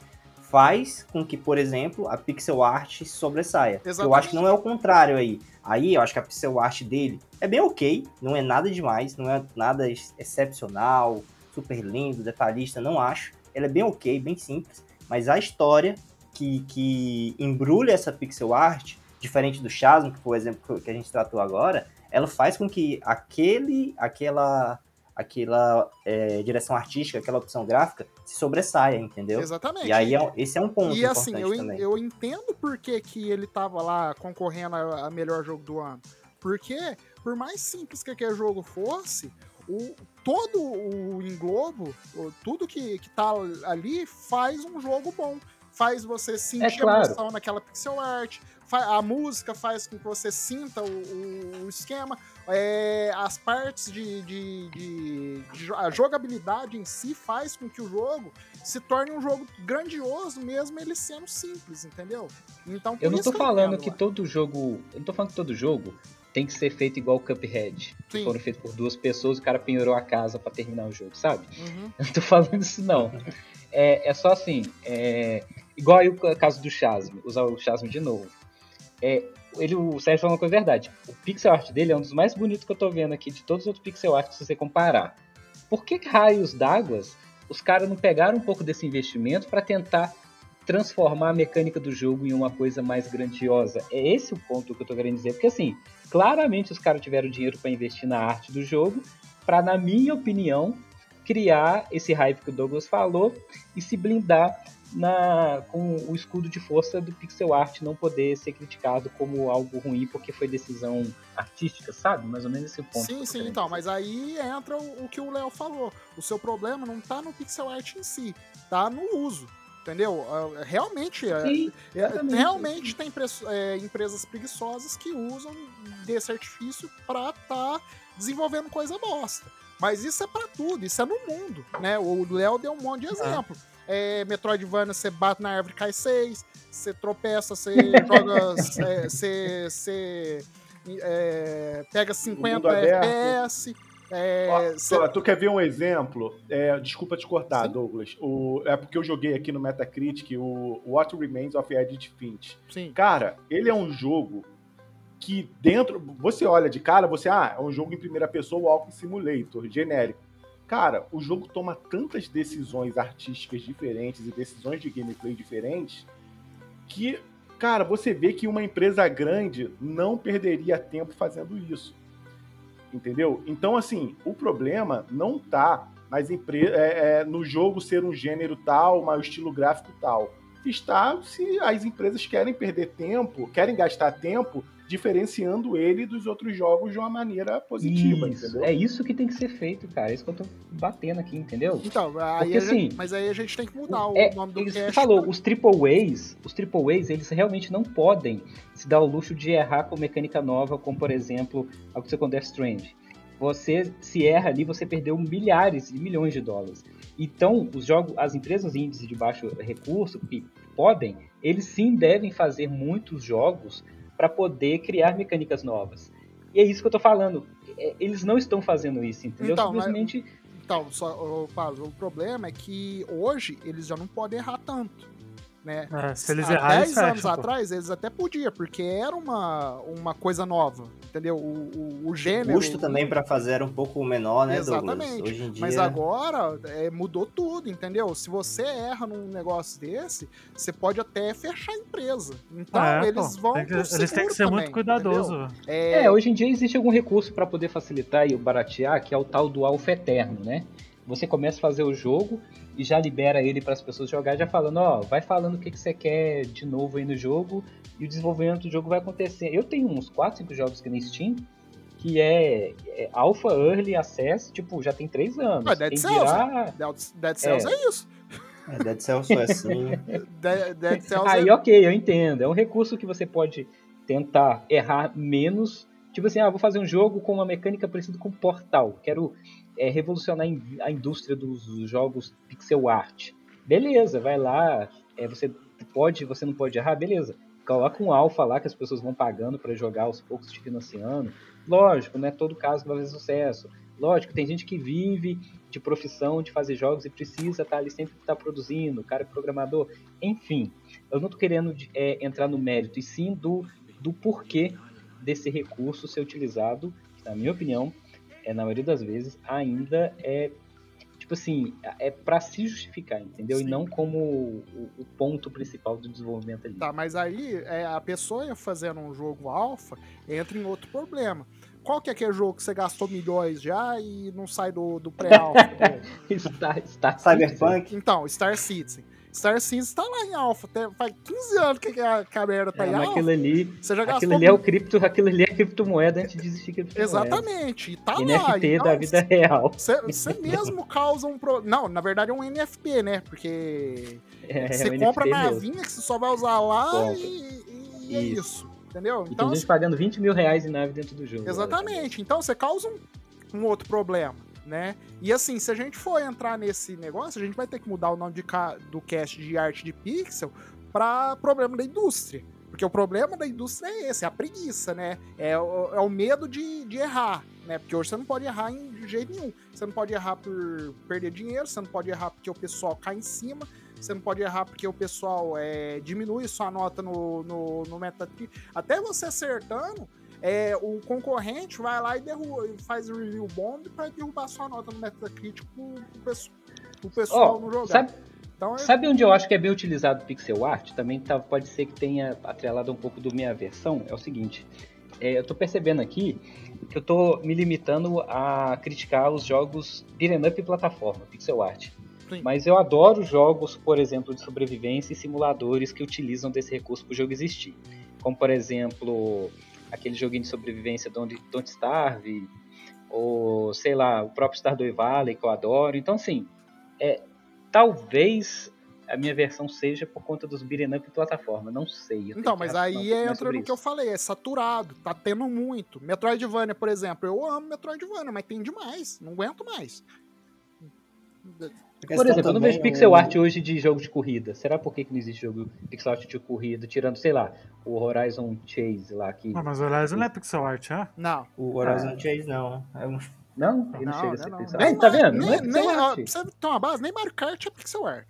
faz com que, por exemplo, a pixel art sobressaia. Eu Exatamente. acho que não é o contrário aí. Aí eu acho que a pixel art dele é bem ok, não é nada demais, não é nada ex- excepcional, super lindo, detalhista, não acho. Ela é bem ok, bem simples, mas a história que, que embrulha essa pixel art, diferente do Chasm, que foi o exemplo que a gente tratou agora, ela faz com que aquele, aquela, aquela é, direção artística, aquela opção gráfica se sobressaia, entendeu? Exatamente. E aí é- esse é um ponto E assim, importante eu, en- também. eu entendo por que, que ele tava lá concorrendo a, a melhor jogo do ano. Porque, por mais simples que aquele jogo fosse, o, todo o englobo, o- tudo que, que tá ali faz um jogo bom. Faz você sentir claro. emoção naquela pixel art, fa- a música faz com que você sinta o, o- o esquema, é, as partes de, de, de- de jo- a jogabilidade em si faz com que o jogo se torne um jogo grandioso, mesmo ele sendo simples, entendeu? Então, por Eu não isso tô que eu falando entendo que lá. todo jogo. Eu não tô falando que todo jogo tem que ser feito igual o Cuphead, que Sim. foram feitos por duas pessoas e o cara penhorou a casa pra terminar o jogo, sabe? Uhum. Eu não tô falando isso, não. É, é só assim, é, igual aí o caso do Chasm, usar o Chasm de novo. É, ele, o Sérgio falou uma coisa verdade. O pixel art dele é um dos mais bonitos que eu tô vendo aqui, de todos os outros pixel art, se você comparar. Por que raios d'água os caras não pegaram um pouco desse investimento para tentar transformar a mecânica do jogo em uma coisa mais grandiosa? É esse o ponto que eu tô querendo dizer. Porque, assim, claramente os caras tiveram dinheiro para investir na arte do jogo, para, na minha opinião, criar esse hype que o Douglas falou e se blindar na, com o escudo de força do pixel art não poder ser criticado como algo ruim porque foi decisão artística, sabe? Mais ou menos esse ponto. Sim, sim, então, mas aí entra o, o que o Léo falou. O seu problema não tá no pixel art em si, tá no uso. Entendeu? Realmente, Sim, é, realmente tem é, empresas preguiçosas que usam desse artifício para estar tá desenvolvendo coisa bosta. Mas isso é para tudo, isso é no mundo, né? O Léo deu um monte de exemplo. É, Metroidvania, você bate na árvore, cai seis, você tropeça, você joga, é, você, você é, pega cinquenta F P S. É, Ó, cê... Tu quer ver um exemplo? É, desculpa te cortar, Sim. Douglas. O, é porque eu joguei aqui no Metacritic o What Remains of Edith Finch. Sim. Cara, ele é um jogo que dentro... Você olha de cara, você... Ah, é um jogo em primeira pessoa, o Walking Simulator, genérico. Cara, o jogo toma tantas decisões artísticas diferentes e decisões de gameplay diferentes que, cara, você vê que uma empresa grande não perderia tempo fazendo isso. Entendeu? Então, assim, o problema não tá nas empre- é, é, no jogo ser um gênero tal, mas o estilo gráfico tal. Está se as empresas querem perder tempo, querem gastar tempo diferenciando ele dos outros jogos de uma maneira positiva, isso, entendeu? É isso que tem que ser feito, cara. É isso que eu tô batendo aqui, entendeu? Então, aí Porque, assim, gente, mas aí a gente tem que mudar o é, nome do Você cast. falou, os triple A's, os triple A's, eles realmente não podem se dar o luxo de errar com mecânica nova, como, por exemplo, a que você com Death Stranding. Você se erra ali, você perdeu milhares e milhões de dólares. Então, os jogos, as empresas índices de baixo recurso que podem, eles sim devem fazer muitos jogos para poder criar mecânicas novas. E é isso que eu tô falando. Eles não estão fazendo isso, entendeu? Então, Simplesmente... Mas, então, só, Pablo, o problema é que hoje eles já não podem errar tanto. Né? É, se eles Há errarem, dez anos fecham, atrás, eles até podiam, porque era uma, uma coisa nova, entendeu? O, o, o gênero... O custo também para fazer era um pouco menor, né, Exatamente. Douglas? Hoje em dia... Mas agora é, mudou tudo, entendeu? Se você erra num negócio desse, você pode até fechar a empresa. Então, é, eles pô, vão tem que, pro Eles têm que ser também, muito cuidadosos. É... é, hoje em dia existe algum recurso para poder facilitar e baratear, que é o tal do alfa eterno, né? Você começa a fazer o jogo e já libera ele para as pessoas jogar, já falando, ó, vai falando o que, que você quer de novo aí no jogo e o desenvolvimento do jogo vai acontecer. Eu tenho uns quatro, cinco jogos aqui no Steam que é, é Alpha Early Access, tipo, já tem três anos. Ah, Dead Quem Cells, dirá... Dead, Dead Cells é, é isso. É, Dead Cells é assim. Dead, Dead Cells aí, é... ok, eu entendo. É um recurso que você pode tentar errar menos. Tipo assim, ah, vou fazer um jogo com uma mecânica parecida com Portal. Quero é, revolucionar a indústria dos jogos pixel art. Beleza, vai lá. É, você pode, você não pode errar, beleza. Coloca um alfa lá que as pessoas vão pagando para jogar aos poucos te financiando. Lógico, não é todo caso que vai fazer sucesso. Lógico, tem gente que vive de profissão de fazer jogos e precisa estar ali sempre estar produzindo, o cara é programador. Enfim, eu não estou querendo é, entrar no mérito, e sim do, do porquê desse recurso ser utilizado, que, na minha opinião, é, na maioria das vezes, ainda é, tipo assim, é para se justificar, entendeu? Sim. E não como o, o ponto principal do desenvolvimento ali. Tá, mas aí é, a pessoa fazendo um jogo alfa entra em outro problema. Qual que é aquele jogo que você gastou milhões já e não sai do, do pré-alfa? Star, Star Cyberpunk? Então, Star Citizen. Star Citizen tá lá em alfa, faz quinze anos que a, que a merda tá é, em alfa. Aquilo ali, você já aquilo gastou... ali é o cripto, aquilo ali é criptomoeda antes de existir criptomoeda. Exatamente, e tá N F T lá. N F T então, da vida real. Você mesmo causa um problema. Não, na verdade é um N F T, né? Porque você é, compra N F T navinha mesmo. que você só vai usar lá Compra. e, e é Isso. isso. Entendeu? E então, tem gente pagando vinte mil reais em nave dentro do jogo. Exatamente. Então você causa um, um outro problema, né? E assim, se a gente for entrar nesse negócio, a gente vai ter que mudar o nome de ca... do cast de arte de pixel para problema da indústria. Porque o problema da indústria é esse, é a preguiça, né? É o, é o medo de, de errar, né? Porque hoje você não pode errar em de jeito nenhum. Você não pode errar por perder dinheiro, você não pode errar porque o pessoal cai em cima, você não pode errar porque o pessoal é, diminui sua nota no, no, no Metacritic. Até você acertando, é, o concorrente vai lá e derruba, faz review bomb para derrubar sua nota no Metacritic pro, pro, pro pessoal oh, não jogar. Sabe, então, é... sabe onde eu acho que é bem utilizado o pixel art? Também tá, pode ser que tenha atrelado um pouco do minha versão. É o seguinte, é, eu tô percebendo aqui que eu tô me limitando a criticar os jogos beat'em up e plataforma, pixel art. Sim. Mas eu adoro jogos, por exemplo, de sobrevivência e simuladores que utilizam desse recurso para o jogo existir. Como, por exemplo, aquele joguinho de sobrevivência Don't, Don't Starve, ou, sei lá, o próprio Stardew Valley, que eu adoro. Então, assim, é, talvez a minha versão seja por conta dos beat'em up e plataforma, não sei. Então, mas aí um entra no que eu falei, é saturado, tá tendo muito. Metroidvania, por exemplo, eu amo Metroidvania, mas tem demais, não aguento mais. Por exemplo, eu não vejo pixel art hoje de jogo de corrida. Será por que, que não existe jogo pixel art de corrida? Tirando, sei lá, o Horizon Chase lá. Que... Ah, mas o Horizon não é pixel art, é? Não. O Horizon ah. Chase não. É um... Não? Ele não, não chega a ser não, pixel não. art. Tá vendo? Nem, não é pixel nem, art. Ó, você tem uma base, nem Mario Kart é pixel art.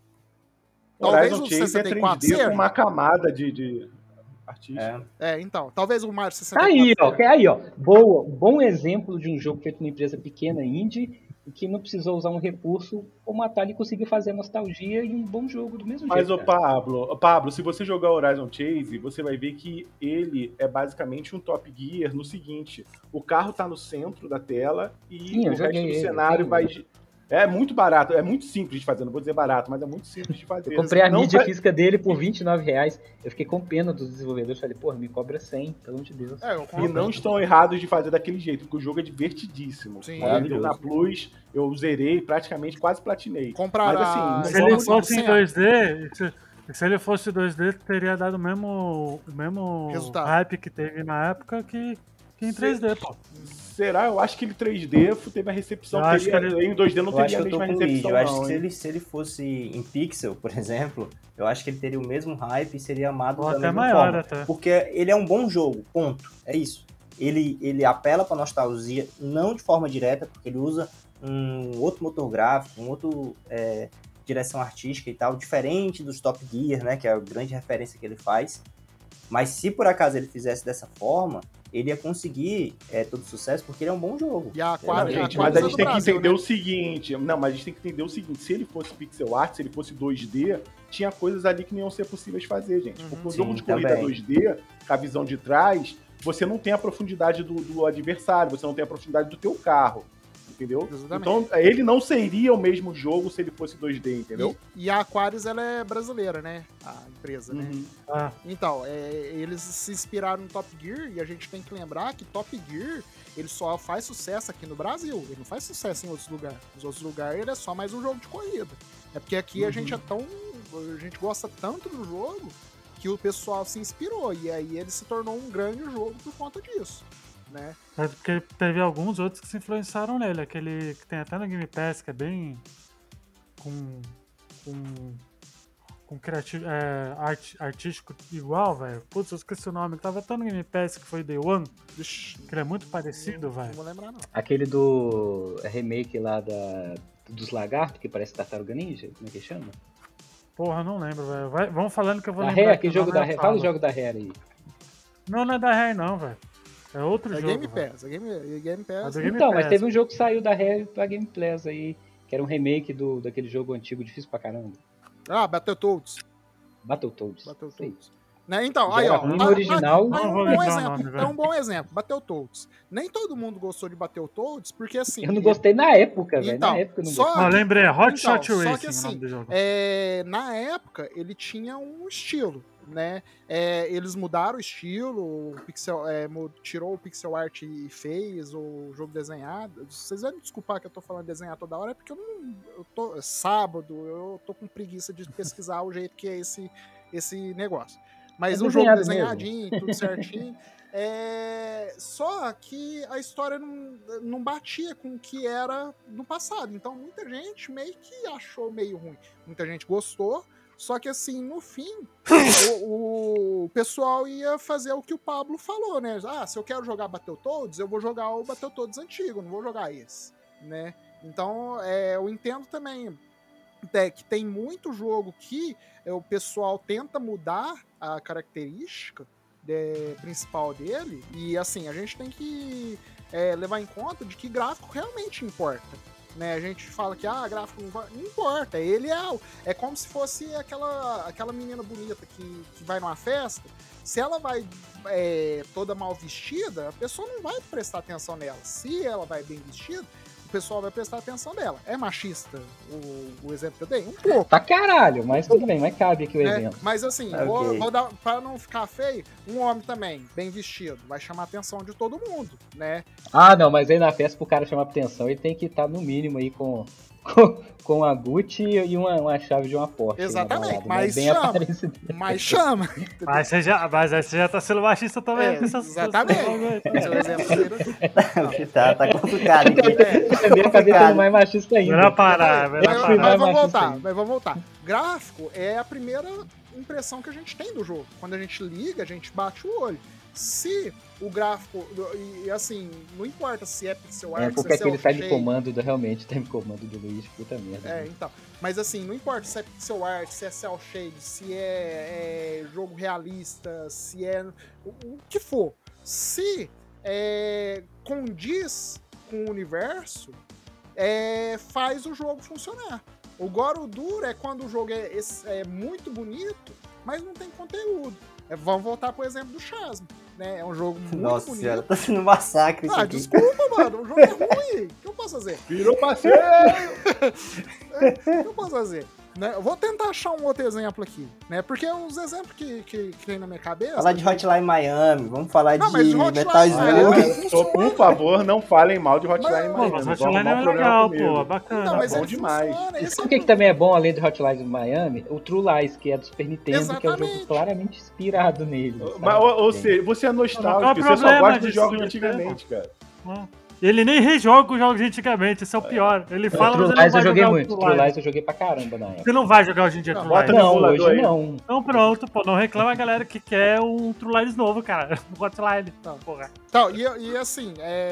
O Horizon Chase é três D seja. com uma camada de... de... artista. É. é, então, talvez o Mario sessenta e quatro. Tá aí, ó, aí, ó. Boa, bom exemplo de um jogo feito numa empresa pequena indie e que não precisou usar um recurso como a Atari conseguiu fazer nostalgia e um bom jogo do mesmo Mas, jeito. Mas, ô Pablo, Pablo, se você jogar Horizon Chase, você vai ver que ele é basicamente um Top Gear no seguinte: o carro tá no centro da tela e Sim, o resto do ele, cenário sim, vai... É muito barato, é muito simples de fazer, não vou dizer barato, mas é muito simples de fazer. Eu comprei a não mídia vai... física dele por vinte e nove reais, eu fiquei com pena dos desenvolvedores, falei, porra, me cobra cem, pelo amor de Deus. É, e não estão errados de fazer daquele jeito, porque o jogo é divertidíssimo. Sim, maravilhoso. Na Plus, eu zerei, praticamente quase platinei. Comprar mas assim, se ele fosse em dois D, se, se ele fosse dois D, teria dado o mesmo, o mesmo hype que teve na época que, que em três D, pô. Será? Eu acho que ele três D teve a recepção eu teria, ele... em dois D não eu teria a mesma recepção. Eu acho não, que se ele, se ele fosse em pixel, por exemplo, eu acho que ele teria o mesmo hype e seria amado Ou da até mesma maior, forma. Até. Porque ele é um bom jogo, ponto. É isso. Ele, ele apela pra nostalgia, não de forma direta, porque ele usa um outro motor gráfico, um outro é, direção artística e tal, diferente dos Top Gear, né, que é a grande referência que ele faz. Mas se por acaso ele fizesse dessa forma, ele ia conseguir é, todo sucesso, porque ele é um bom jogo. E a Aquarius, não, gente, a mas a gente tem Brasil, que entender né? o seguinte, não, mas a gente tem que entender o seguinte, se ele fosse pixel art, se ele fosse dois D, tinha coisas ali que não iam ser possíveis de fazer, gente. Uhum. Porque o jogo de corrida também. dois D, com a visão de trás, você não tem a profundidade do, do adversário, você não tem a profundidade do teu carro. Entendeu? Exatamente. Então, ele não seria o mesmo jogo se ele fosse dois D, entendeu? E, e a Aquarius, ela é brasileira, né? A empresa, uhum. né? Ah. Então, é, eles se inspiraram no Top Gear e a gente tem que lembrar que Top Gear, ele só faz sucesso aqui no Brasil. Ele não faz sucesso em outros lugares. Nos outros lugares, ele é só mais um jogo de corrida. É porque aqui uhum. a gente é tão... A gente gosta tanto do jogo que o pessoal se inspirou. E aí ele se tornou um grande jogo por conta disso. Né? É porque teve alguns outros que se influenciaram nele. Aquele que tem até no Game Pass, que é bem com com, com criativo, é, art, artístico igual, velho. Putz, eu esqueci o nome. Tava até no Game Pass, que foi Day One. Ixi, que ele é muito parecido, velho. Não vou lembrar, não. Aquele do remake lá da, dos lagartos, que parece Tartaruga Ninja, como é que chama? Porra, não lembro, velho. Vamos falando que eu vou da lembrar. Rare, que jogo da Rare? Fala o jogo da Rare aí. Não, não é da Rare não, velho. É outro é jogo. Game Pass, é Game, é Game Pass. É Game então, Pass. mas teve um jogo que saiu da Rare pra Game Pass aí, que era um remake do, daquele jogo antigo, difícil pra caramba. Ah, Battletoads. Battletoads. Battletoads. Né? Então, aí, ó. No original, a, a, não é, um vou bom lembrar exemplo, o nome, é um bom exemplo. Battletoads. Nem todo mundo gostou de Battletoads, porque assim. Eu não gostei na época, velho. Então, na época eu não só gostei. Não, lembrei, é Hot então, Shot Racing só que, assim, o nome do jogo. É, na época, ele tinha um estilo, né? É, eles mudaram o estilo, o pixel, é, tirou o pixel art e fez o jogo desenhado. Vocês vão me desculpar que eu tô falando de desenhar toda hora, é porque eu não. Eu tô, é sábado, eu tô com preguiça de pesquisar o jeito que é esse, esse negócio. Mas é o jogo mesmo. desenhadinho, tudo certinho. É... Só que a história não, não batia com o que era no passado. Então muita gente meio que achou meio ruim. Muita gente gostou, Só que assim, no fim, o, o pessoal ia fazer o que o Pablo falou, né? Ah, se eu quero jogar Battletoads, eu vou jogar o Battletoads antigo, não vou jogar esse, né? Então, é, eu entendo também é, que tem muito jogo que é, o pessoal tenta mudar a característica de, principal dele, e assim, a gente tem que é, levar em conta de que gráfico realmente importa. Né, a gente fala que ah, gráfico não, não importa, ele é é como se fosse aquela, aquela menina bonita que, que vai numa festa, se ela vai é, toda mal vestida, a pessoa não vai prestar atenção nela. Se ela vai bem vestida, o pessoal vai prestar atenção nela. É machista o, o exemplo que eu dei? Um pouco. Pra caralho, mas tudo bem, mas cabe aqui o né? exemplo. Mas assim, Okay. vou, vou dar, pra não ficar feio, um homem também, bem vestido, vai chamar a atenção de todo mundo, né? Ah, não, mas aí na festa, pro cara chamar atenção, ele tem que estar no mínimo aí com, com, com a Gucci e uma, uma chave de uma Porsche. Exatamente, balada, mas bem chama. aparecido. Mas chama. Mas você já, mas aí você já tá sendo machista também. É, com essas- exatamente. essas- Seu exemplo dele. tá, tá complicado aqui. É meio cabeça mais machista ainda. Melhor parar, melhor Mas, fui mas parar. mais vamos machista voltar, ainda. mas vamos voltar. Gráfico é a primeira impressão que a gente tem do jogo. Quando a gente liga, a gente bate o olho. Se o gráfico, e assim, não importa se é pixel art, É, porque se é aquele cel time shade, comando, do, realmente, time comando do Luiz, puta merda. É, né? então. Mas assim, não importa se é pixel art, se é cel shade, se é, é jogo realista, se é o, o que for. Se é, condiz com o universo, é, faz o jogo funcionar. O Goro duro é quando o jogo é, é muito bonito, mas não tem conteúdo. É, vamos voltar pro exemplo do Chasm, né? É um jogo muito Nossa bonito. senhora, tá sendo um massacre isso Ah, aqui. desculpa, mano. O jogo é ruim. O que eu posso fazer? Virou parceiro! O que eu posso fazer? Né? Eu vou tentar achar um outro exemplo aqui, né? Porque os exemplos que, que, que tem na minha cabeça... Falar de Hotline Miami, vamos falar Não, mas de Hotline Metal Miami- Slug. Só, por favor, não falem mal de Hotline Mas- Pô, Miami. mas Vão Hotline arrumar é um problema legal, comigo. pô, bacana. Não, mas bom ele demais. funciona. E Esse sabe é o que, que também é bom, além do Hotline Miami? O True Lies, que é do Super Nintendo, que é um Exatamente. jogo claramente inspirado nele. sabe? Mas, ou, ou Gente. seja, você é Mas qual é nostálgico, o você só problema gosta dos disso, jogos de né? antigamente, cara. Ah. Ele nem rejoga os jogos de antigamente, esse é o pior. Ele O fala, True mas ele não Lies eu vai joguei jogar o muito. True True Lies. Lies eu joguei pra caramba na época. Você não vai jogar hoje em dia Não, True bota Lies. no Não, emulador hoje aí. não. Então pronto, pô, não reclama a galera que quer um True Lies novo, cara. Um Hotline. Não. Porra. Então, e, e assim,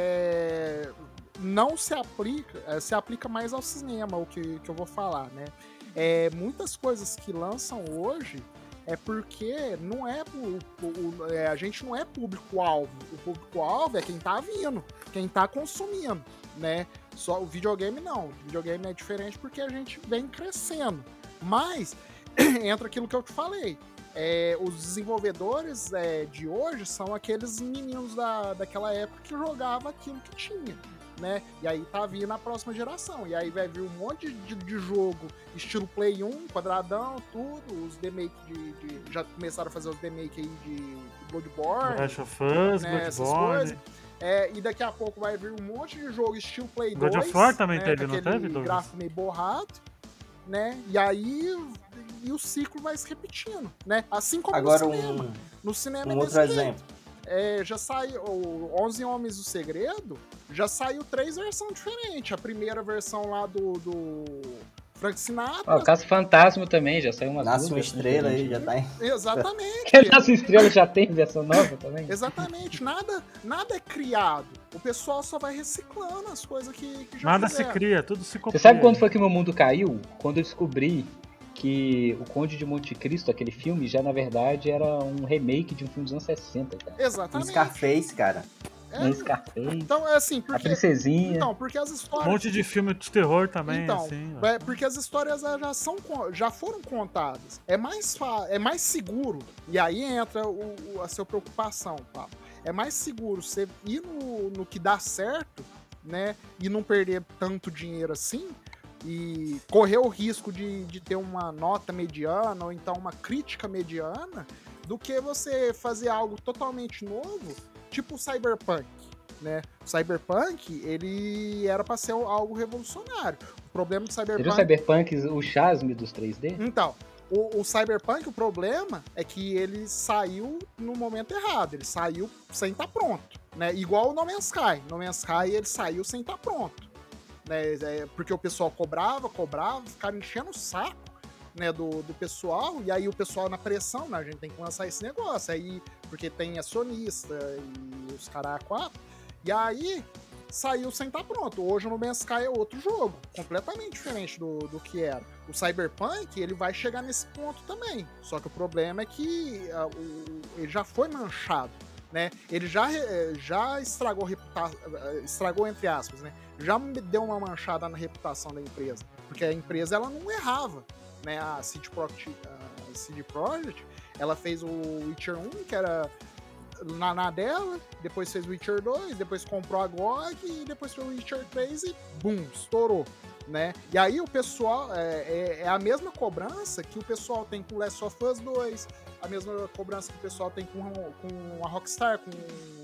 é... não se aplica, é, se aplica mais ao cinema, o que, que eu vou falar, né? É, muitas coisas que lançam hoje é porque não é, o, o- é, a gente não é público-alvo. O público-alvo é quem tá vindo, quem tá consumindo, né? Só o videogame não. O videogame é diferente porque a gente vem crescendo. Mas entra aquilo que eu te falei. É, os desenvolvedores é, de hoje são aqueles meninos da, daquela época que jogavam aquilo que tinha, né? E aí tá vindo a próxima geração. E aí vai vir um monte de, de jogo estilo Play um, quadradão, tudo. Os demake de, de- já começaram a fazer os demake aí de Bloodborne, Last of Us, né, essas Bloodborne. coisas. É, e daqui a pouco vai vir um monte de jogo estilo Play God dois. of War também né, teve, com não aquele teve, Douglas? gráfico meio borrado, né? E aí e o ciclo vai se repetindo, né? Assim como Agora no cinema. um, No cinema um é outro desse jeito. exemplo. É, já saiu o onze Homens do Segredo, já saiu três versões diferentes. A primeira versão lá do, do Frank Sinatra. Ah, o Caso Fantasma também, já saiu umas Nasce duas uma versões estrela aí, já diferentes. tá em... Exatamente. Nasce Estrela já tem versão nova também? Exatamente. Nada, nada é criado. O pessoal só vai reciclando as coisas que, que já Nada se fizeram. cria, tudo se copia. Você sabe quando foi que meu mundo caiu? Quando eu descobri que o Conde de Monte Cristo, aquele filme, já na verdade era um remake de um filme dos anos sessenta, cara. Um Exatamente. Scarface, cara. É, Um Scarface, então, é assim, a porque... Princesinha. Então, porque as Um histórias... monte de filme de terror também, Então, assim. ó. é, porque as histórias eh, já, são, con- já foram contadas. É mais, fa- é mais seguro. E aí entra o, o- a sua preocupação, Paulo. É mais seguro você ir no, no que dá certo, né? E não perder tanto dinheiro assim. E correr o risco de, de ter uma nota mediana ou então uma crítica mediana, do que você fazer algo totalmente novo, tipo o Cyberpunk. Né? O Cyberpunk, ele era para ser algo revolucionário. O problema do Seria Cyberpunk... o Cyberpunk o chasme dos três D? Então, o, o Cyberpunk, o problema é que ele saiu no momento errado. Ele saiu sem estar pronto, né? Igual o No Man's Sky. No Man's Sky, ele saiu sem estar pronto. Né? É, porque o pessoal cobrava, cobrava, ficava enchendo o saco né, do, do pessoal, e aí o pessoal na pressão, né, a gente tem que lançar esse negócio, aí, porque tem acionista e os caras quatro, e aí saiu sem estar pronto. Hoje o No Man's Sky é outro jogo, completamente diferente do, do que era. O Cyberpunk, ele vai chegar nesse ponto também, só que o problema é que uh, o, ele já foi manchado, né? Ele já, já estragou, reputa... estragou entre aspas, né? Já deu uma manchada na reputação da empresa, porque a empresa ela não errava, né? A C D Projekt, a C D Projekt, ela fez o Witcher um, que era na, na dela, depois fez o Witcher dois, depois comprou a G O G e depois fez o Witcher três e bum, estourou, né? E aí o pessoal, é, é, é a mesma cobrança que o pessoal tem com Last of Us dois, a mesma cobrança que o pessoal tem com, com a Rockstar, com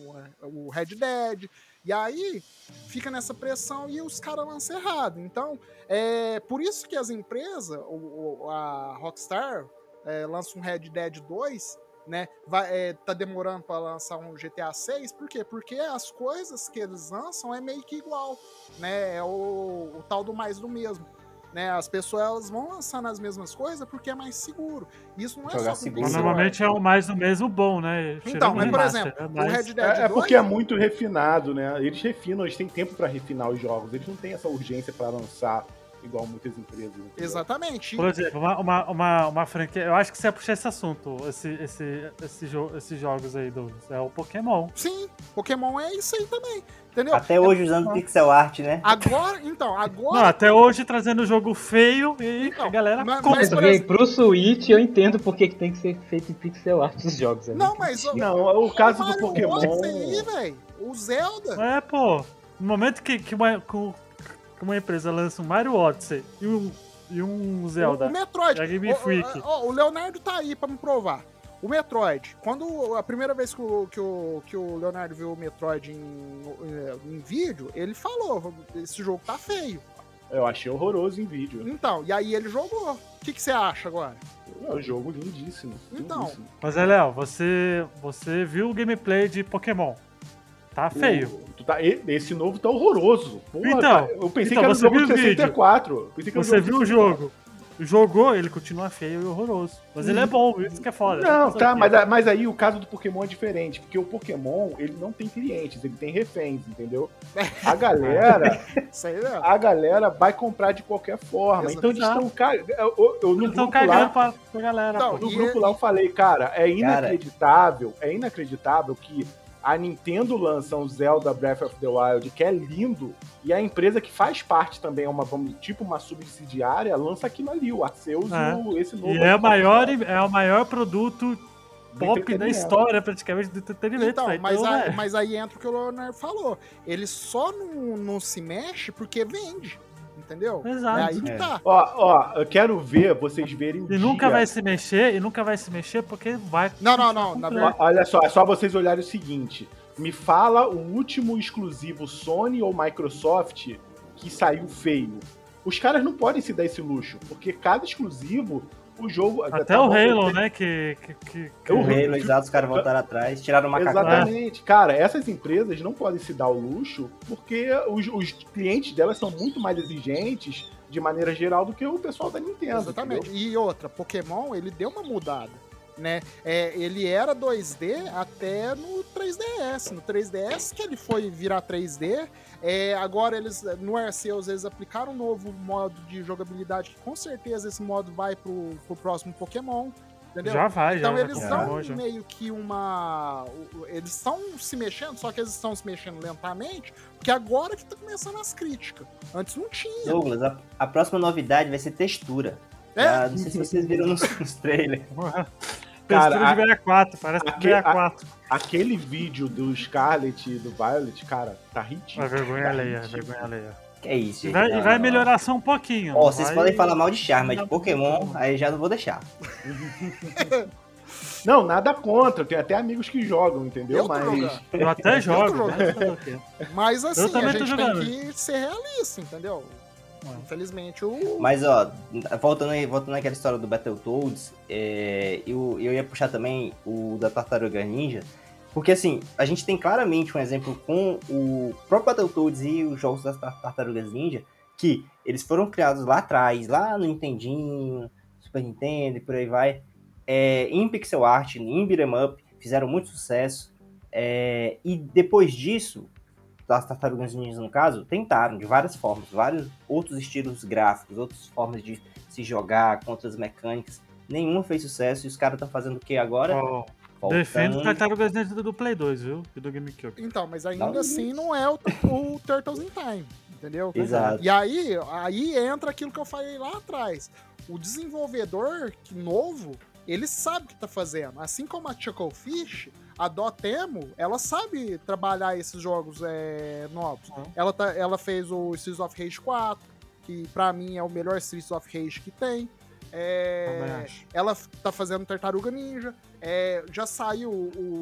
o Red Dead, e aí fica nessa pressão e os caras lançam errado. Então, é por isso que as empresas, o, a Rockstar é, lança um Red Dead dois, né, vai, é, tá demorando para lançar um G T A seis, por quê? Porque as coisas que eles lançam é meio que igual, né, é o, o tal do mais do mesmo. Né, as pessoas elas vão lançando as mesmas coisas porque é mais seguro. Isso não é Jogar só seguro. Mas normalmente é o mais do mesmo bom, né? Então, Tirando mas por remaster, exemplo, né? o Mas- Red Dead dois... É, é porque é muito refinado, né? Eles refinam, eles têm tempo pra refinar os jogos. Eles não têm essa urgência pra lançar igual muitas empresas. entendeu? Exatamente. Por exemplo, uma, uma, uma, uma franquia. Eu acho que você ia puxar esse assunto, esse, esse, esse jo esses jogos aí, Douglas. É o Pokémon. Sim, Pokémon é isso aí também, entendeu? Até hoje usando pixel art, né? Agora, então, agora... Não, até hoje trazendo jogo feio e Então, a galera mas- compra. mas- Mas, véi, pro Switch eu entendo porque que tem que ser feito em pixel art os jogos. é Não, muito mas... difícil. Não, o caso do Mario Pokémon. Odyssey aí, velho, o Zelda... É, pô. No momento que, que, uma, que uma empresa lança um Mario Odyssey e um, e um Zelda. O, o Metroid. É Game o, Freak. o, o- o Leonardo tá aí pra me provar. O Metroid, quando a primeira vez que o, que o, que o Leonardo viu o Metroid em, em, em vídeo, ele falou: esse jogo tá feio. Eu achei horroroso em vídeo. Então, e aí ele jogou. O que, que você acha agora? É um jogo lindíssimo. Então. lindíssimo. Mas é, Léo, você, você viu o gameplay de Pokémon. Tá feio. O- tu tá, e- esse novo tá horroroso. Porra, Então, tá- eu pensei então, que era um você jogo viu de o vídeo? sessenta e quatro. Eu pensei que era um Você jogo de viu o sessenta e quatro. jogo. Jogou, ele continua feio e horroroso. Mas ele é bom, isso que é foda. Não, Fazer tá, o quê? mas, a- mas aí o caso do Pokémon é diferente, porque o Pokémon, ele não tem clientes, ele tem reféns, entendeu? A galera, Isso aí, né? a galera vai comprar de qualquer forma. Exato. Então eles estão cagando. Eu, eu, eu, no Eles estão grupo cagando lá, pra, pra galera. Então, pô. no E grupo é- lá eu falei, cara, é inacreditável, é inacreditável que a Nintendo lança um Zelda Breath of the Wild, que é lindo, e a empresa que faz parte também, é uma, vamos, tipo uma subsidiária, lança aquilo ali, o Arceus É. e o, esse novo. E é, a maior, é o maior produto Do pop da entretenimento. história, praticamente, do entretenimento. Então, né? mas, Então, aí, é. mas aí entra o que o Leonardo falou. Ele só não, não se mexe porque vende. Entendeu? Exato. É aí que É. tá. Ó, ó, eu quero ver vocês verem o E nunca dia- vai se mexer, e nunca vai se mexer porque vai. Não, não, não. Na Ó, verdade, olha só, é só vocês olharem o seguinte. Me fala o último exclusivo Sony ou Microsoft que saiu feio. Os caras não podem se dar esse luxo, porque cada exclusivo, o jogo... Até tá o bom, Halo, tem- né? Que, que, que, que- O Halo, exato, os caras voltaram atrás, tiraram o macacão. Exatamente. Cara, essas empresas não podem se dar o luxo porque os, os clientes delas são muito mais exigentes de maneira geral do que o pessoal da Nintendo. exatamente. entendeu? E outra, Pokémon, ele deu uma mudada. Né? É, ele era dois D até no três D S. No três D S que ele foi virar três D. É, agora eles no Arceus eles aplicaram um novo modo de jogabilidade que com certeza esse modo vai pro, pro próximo Pokémon. Entendeu? Já vai, já. Então já eles confirmou, estão já. meio que uma. Eles estão se mexendo, só que eles estão se mexendo lentamente, porque agora que tá começando as críticas. Antes não tinha. Douglas, a, a próxima novidade vai ser textura. É? Já- não sei se vocês viram nos, nos trailers. Cara, Textura de sessenta e quatro, parece aque- sessenta e quatro. Aquele vídeo do Scarlet e do Violet, cara, tá ridículo. É vergonha tá alheia, ridículo. vergonha alheia. Que é isso, E gente. vai, e Não, vai não. melhorar só um pouquinho. Ó, não vocês vai- podem falar mal de Charme, mas de Pokémon, aí já não vou deixar. Não, nada contra, tem até amigos que jogam, entendeu? Eu tô Mas. jogando. Eu até tô jogo. jogando. né? Fazer o quê? Mas assim, a também tô gente jogando. tem que ser realista, entendeu? Infelizmente, o. Mas, ó, voltando, aí, voltando àquela história do Battletoads, é, eu, eu ia puxar também o da Tartaruga Ninja, porque, assim, a gente tem claramente um exemplo com o próprio Battletoads e os jogos das Tar- Tartarugas Ninja, que eles foram criados lá atrás, lá no Nintendinho, Super Nintendo e por aí vai, é, em pixel art, em beat'em up, fizeram muito sucesso. É, e depois disso, das Tartarugas Ninja no caso, tentaram de várias formas, vários outros estilos gráficos, outras formas de se jogar, com outras mecânicas. Nenhuma fez sucesso e os caras estão fazendo o que agora? Ó, Voltando. defendo Tartarugas Ninja do Play dois, viu? E do GameCube. Então, mas ainda Não, assim não é o, o Turtles in Time, entendeu? Exato. E aí, aí entra aquilo que eu falei lá atrás. O desenvolvedor que novo, ele sabe o que tá fazendo. Assim como a Chucklefish, a Dotemu, ela sabe trabalhar esses jogos é, novos. Uhum. Ela, tá, ela fez o Streets of Rage quatro, que pra mim é o melhor Streets of Rage que tem. Também É, acho. ela tá fazendo Tartaruga Ninja. É, já saiu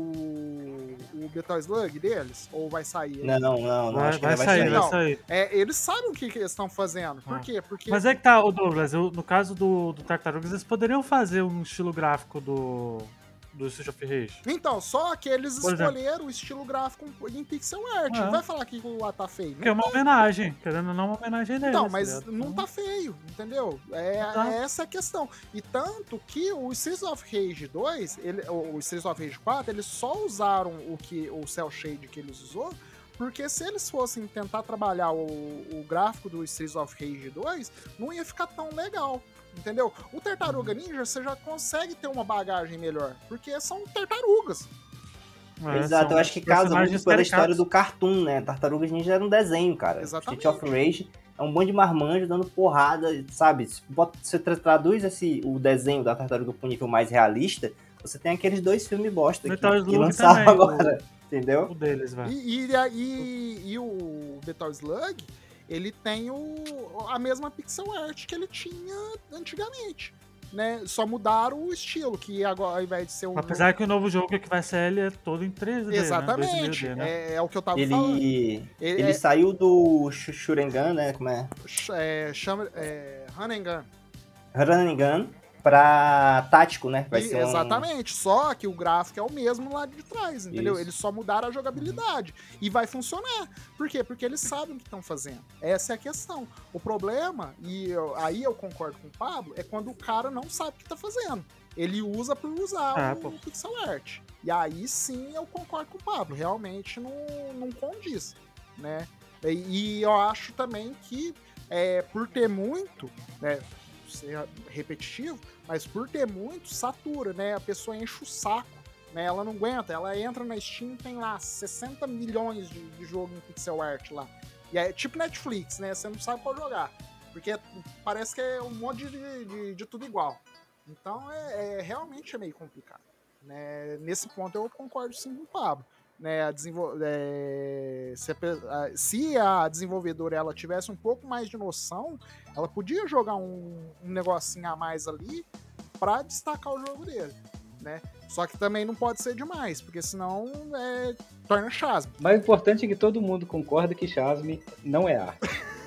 o, o Metal Slug deles? Ou vai sair? Não, não, não. Vai, acho que vai ainda sair, vai Não. sair. É, eles sabem o que, que eles estão fazendo. Por Ah. quê? Porque. Mas é que tá, o Douglas, eu- no caso do, do Tartarugas, eles poderiam fazer um estilo gráfico do, do Street of Rage. Então, só que eles Por exemplo. escolheram o estilo gráfico em pixel art. Ah. Não vai falar que o lá tá feio. Porque é uma homenagem, querendo ou não, uma homenagem deles. Então, mas ligado? não tá feio, entendeu? É, Tá. é essa a questão. E tanto que o Streets of Rage dois, ele, o Streets of Rage quatro, eles só usaram o que o Cell Shade que eles usou, porque se eles fossem tentar trabalhar o, o gráfico do Streets of Rage dois, não ia ficar tão legal. Entendeu? O Tartaruga Ninja, você já consegue ter uma bagagem melhor, porque são tartarugas. É, Exato, são eu acho que casa personagens muito pela caricatos. história do cartoon, né? Tartarugas Ninja era um desenho, cara. Exatamente. Street of Rage é um bando de marmanjo dando porrada, sabe? Se bota- você tra- traduz esse, o desenho da Tartaruga pro nível mais realista, você tem aqueles dois filmes bosta que, Metal que Slug lançaram também, agora, entendeu? O deles, velho. E, e, e, e o Metal Slug, ele tem o, a mesma pixel art que ele tinha antigamente, né? Só mudaram o estilo, que agora ao invés de ser um... Apesar que o novo jogo que vai sair, ele é todo em três D, Exatamente, né? dois mil D, né? é, é o que eu tava falando. Ele, Ele ele é- saiu do Sh- Shurengan, né? Como é? É, chama, é, Run and Gun. Run and Gun pra tático, né? Vai E- ser um... exatamente, só que o gráfico é o mesmo lá de trás, entendeu? Isso. Eles só mudaram a jogabilidade. E vai funcionar. Por quê? Porque eles sabem o que estão fazendo. Essa é a questão. O problema, e eu- aí eu concordo com o Pablo, é quando o cara não sabe o que tá fazendo. Ele usa por usar É, o pô. pixel art. E aí sim eu concordo com o Pablo. Realmente não, não condiz, né? E, e eu acho também que é, por ter muito, né? Ser repetitivo, mas por ter muito, satura, né? A pessoa enche o saco, né? Ela não aguenta, ela entra na Steam, tem lá sessenta milhões de, de jogo em pixel art lá. E é tipo Netflix, né? Você não sabe qual jogar, porque parece que é um monte de, de, de tudo igual. Então é, é realmente é meio complicado, né? Nesse ponto eu concordo sim com o Pablo. Né, a desenvol... é... se, a... a... se a desenvolvedora ela tivesse um pouco mais de noção, ela podia jogar um, um negocinho a mais ali para destacar o jogo dele, né? Só que também não pode ser demais, porque senão é... torna chasmo. Mas o importante é que todo mundo concorda que Chasme não é arte.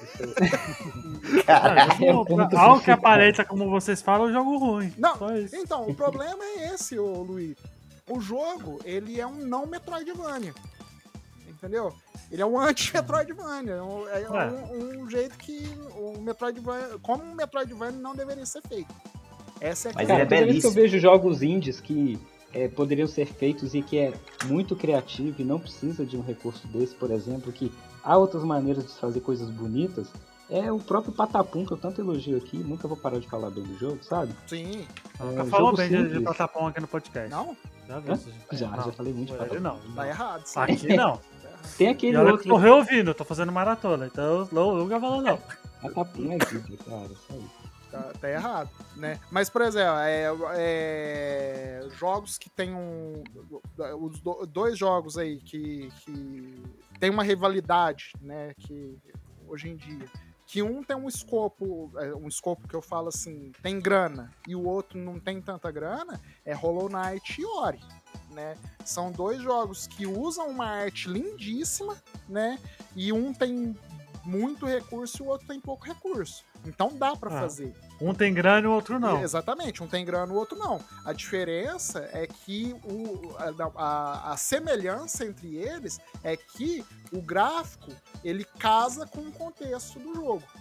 Cara, Ah, é eu- um ponto algo que principal. aparenta, como vocês falam, eu jogo ruim. Não, Só isso. então, o problema é esse, ô Luiz. O jogo, ele é um não Metroidvania. Entendeu? Ele é um anti-Metroidvania. É, um, é É. um- um jeito que o Metroidvania, como um Metroidvania não deveria ser feito. Essa é a Mas questão. ele é Cara, toda vez que eu belíssimo. vejo jogos indies que é, poderiam ser feitos e que é muito criativo e não precisa de um recurso desse, por exemplo, que há outras maneiras de fazer coisas bonitas, é o próprio Patapum, que eu tanto elogio aqui, nunca vou parar de falar bem do jogo, sabe? Sim. Nunca É, falou jogo bem de, de simples. Patapom aqui no podcast. Não, Já vi. Hã? isso, gente. Já, Não, já falei muito de ele Patapom. não. tá não. errado. sim. Aqui não. Tem E aquele olha que outro... tô reouvindo, eu tô fazendo maratona, então não, nunca falou não. Patapum é vídeo, cara, só isso. Tá, tá errado, né? Mas, por exemplo, é, é, jogos que tem um... Os do- dois jogos aí que, que tem uma rivalidade, né? Que hoje em dia... Que um tem um escopo, é, um escopo que eu falo assim, tem grana, e o outro não tem tanta grana, é Hollow Knight e Ori, né? São dois jogos que usam uma arte lindíssima, né? E um tem muito recurso e o outro tem pouco recurso. Então dá pra Ah. fazer. Um tem grana e o outro não. Exatamente, um tem grana, o outro não. A diferença é que o, a, a- a semelhança entre eles é que o gráfico ele casa com o contexto do jogo.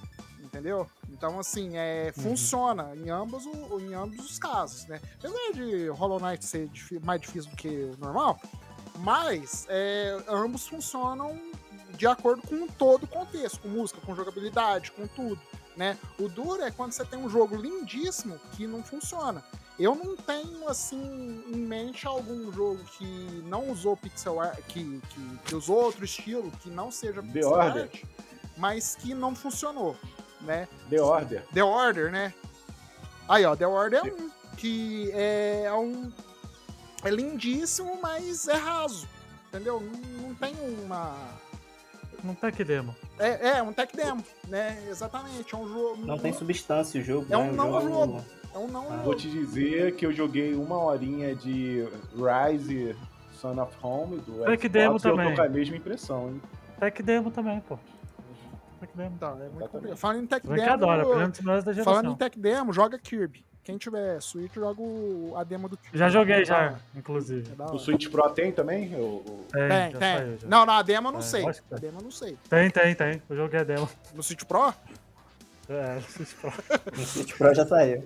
entendeu? Então, assim, é, Uhum. funciona em ambos, o- em ambos os casos, né? Apesar de Hollow Knight ser difi- mais difícil do que o normal, mas é, ambos funcionam de acordo com todo o contexto, com música, com jogabilidade, com tudo, né? O duro é quando você tem um jogo lindíssimo que não funciona. Eu não tenho, assim, em mente algum jogo que não usou pixel art, que, que, que usou outro estilo, que não seja The pixel Order. art, mas que não funcionou, né? The Order. The Order, né? Aí, ó, The Order é um que é, é um é lindíssimo, mas é raso, entendeu? Não, não tem uma Não tá aqui demo. é, é um tech demo, né? Exatamente, é um jogo Não tem substância o jogo. É um né? O não jogo- jogo. é um não Ah. Vou jogo. te dizer que eu joguei uma horinha de Rise Son of Home do Tech Xbox demo e eu tô também. com a mesma impressão, hein? Tech demo também, pô. Tech demo. Tá, é muito Exatamente. complicado. Falando em tech Vem que adora, demo, aprendendo dos melhores da falando em geração. tech demo, joga Kirby. Quem tiver Switch, joga o- a demo do Kirby. Já joguei, É da já, hora, inclusive. é da O hora. Switch Pro tem também? O, o- Tem, Tem, já tem. saiu, já. Não, não, a demo eu não É, sei. lógico que A tem. demo eu não sei. Tem, tem, tem. Eu joguei a demo. No Switch Pro? É, Switch Pro. O Switch Pro já saiu.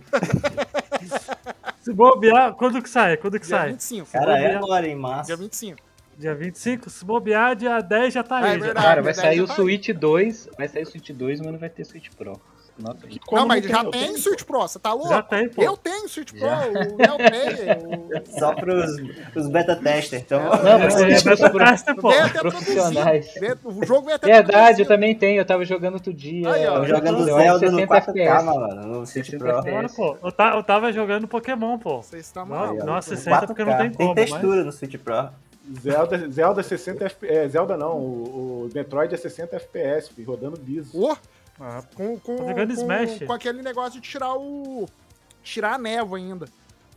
Se bobear, quando que sai? Quando que Dia sai? vinte e cinco. Cara, é bobear- agora, em março. Dia vinte e cinco. Dia vinte e cinco? Se bobear, dia dez já tá Ah, é aí. já. verdade. Cara, vai daí sair já o tá aí. Switch dois, vai sair o Switch dois, mas não vai ter Switch Pro. Nota aí. Como Não, mas tem? já Eu tem tenho, Switch Pro, você tá louco? Já tem, pô. Eu tenho Switch Pro, Já. o Léo tem, o... Só pros, pros beta testers. Então, Não, mas É, Switch beta Pro tester, pô. Vem até profissionais. traduzido. Vem- O jogo vem até Verdade, eu traduzido. também tenho, eu tava jogando outro dia. Aí, ó. tô jogando eu Zelda no sessenta quatro K, F P S. mano, no Switch sessenta Pro. F P S. Olha, pô. Eu, ta- eu tava jogando Pokémon, pô. Você está Não, maluco. não, sessenta porque não tem Tem como, textura no Switch Pro. Zelda, Zelda sessenta F P S. É, Zelda não, o, o Metroid é sessenta F P S, filho, rodando liso. Ô, Ah, com, com, Tô jogando com, Smash. com aquele negócio de tirar o... Tirar a névoa ainda.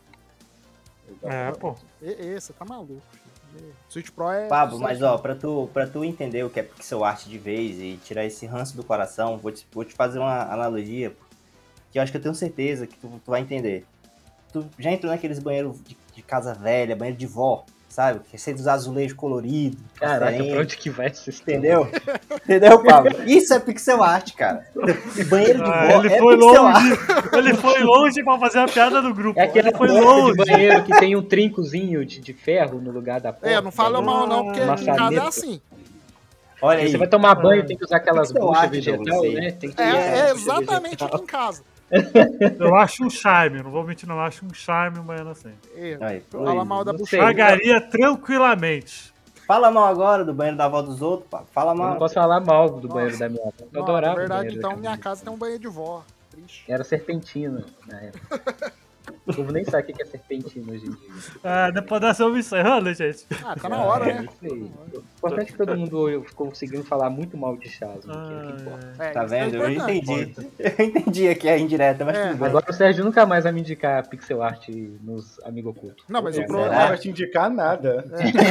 é, pô. E, e, você tá maluco. filho. Switch Pro é... Pablo, mas ó, pra tu, pra tu entender o que é pixel art de vez e tirar esse ranço do coração, vou te, vou te fazer uma analogia que eu acho que eu tenho certeza que tu, tu vai entender. Tu já entrou naqueles banheiros de, de casa velha, banheiro de vó, sabe? Que é cheio dos azulejos coloridos. Caraca, transparentes, pra onde que vai esse sistema? Entendeu? Entendeu, Pablo? Isso é pixel art, cara. Banheiro de Ah, vó ele é foi pixel longe. art. Ele foi longe pra fazer a piada do grupo. É aquele Ele foi banheiro longe. de banheiro que tem um trincozinho de, de ferro no lugar da porta. É, não fala né? mal não, porque Uma em casa é saneta. assim. Olha Aí aí. você vai tomar banho, Ah. tem que usar aquelas Pixel buchas art, vegetal, Douglas, né? Tem que É, usar é bucha exatamente vegetal. aqui em casa. Eu acho um charme, não vou mentir, não. Eu acho um charme um banheiro assim. É, Aí, fala pois, mal da não bucha. sei. Pagaria tranquilamente. Fala mal agora do banheiro da avó dos outros, Pablo. Fala Eu não mal. posso falar mal do Nossa. banheiro da minha avó. Eu Não, adorava na o verdade, banheiro então da minha minha casa tem um banheiro de vó. Triste. Era serpentina na época. O povo nem sabe o que é serpentina hoje em dia. Ah, depois dessa eu me encerrando, gente. Ah, tá na hora, É, né? isso aí. O importante é que todo mundo conseguiu falar muito mal de Chasmo, que é o que importa. Ah, É, Tá isso é vendo? Eu importante. entendi. Eu entendi aqui a indireta, mas É. tudo bem. Agora o Sérgio nunca mais vai me indicar pixel art nos Amigo Oculto. Não, mas É, o Não problema... vai te indicar nada.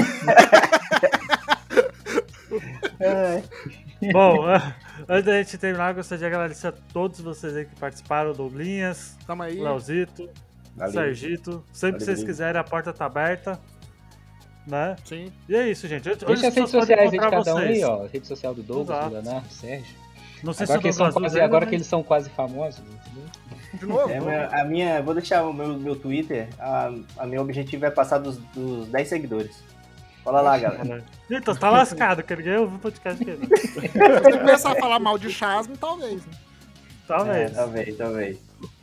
É. Bom, ah, antes da gente terminar, eu gostaria de agradecer a todos vocês aí que participaram, Douglinhas, Tamo aí. Leozito, Valeu. Sergito. Sempre que vocês Valeu. quiserem, a porta tá aberta. Né? Sim. E é isso, gente. Onde Deixa as redes podem sociais aí de encontrar cada um vocês? aí, ó. Rede social do Douglas, Exato. do Leonardo, do Sérgio. Não sei Agora, se que eu eles, são dou quase, ainda, agora mas- que eles são quase famosos, entendeu? De novo? É, minha- a minha, vou deixar o meu, meu Twitter. A, a meu objetivo é passar dos, dos dez seguidores. Fala lá, galera. Então, tá lascado, que ninguém ouviu o podcast dele. Se você começar a falar mal de Chasmo, talvez. Né? É, Talvez. talvez, talvez.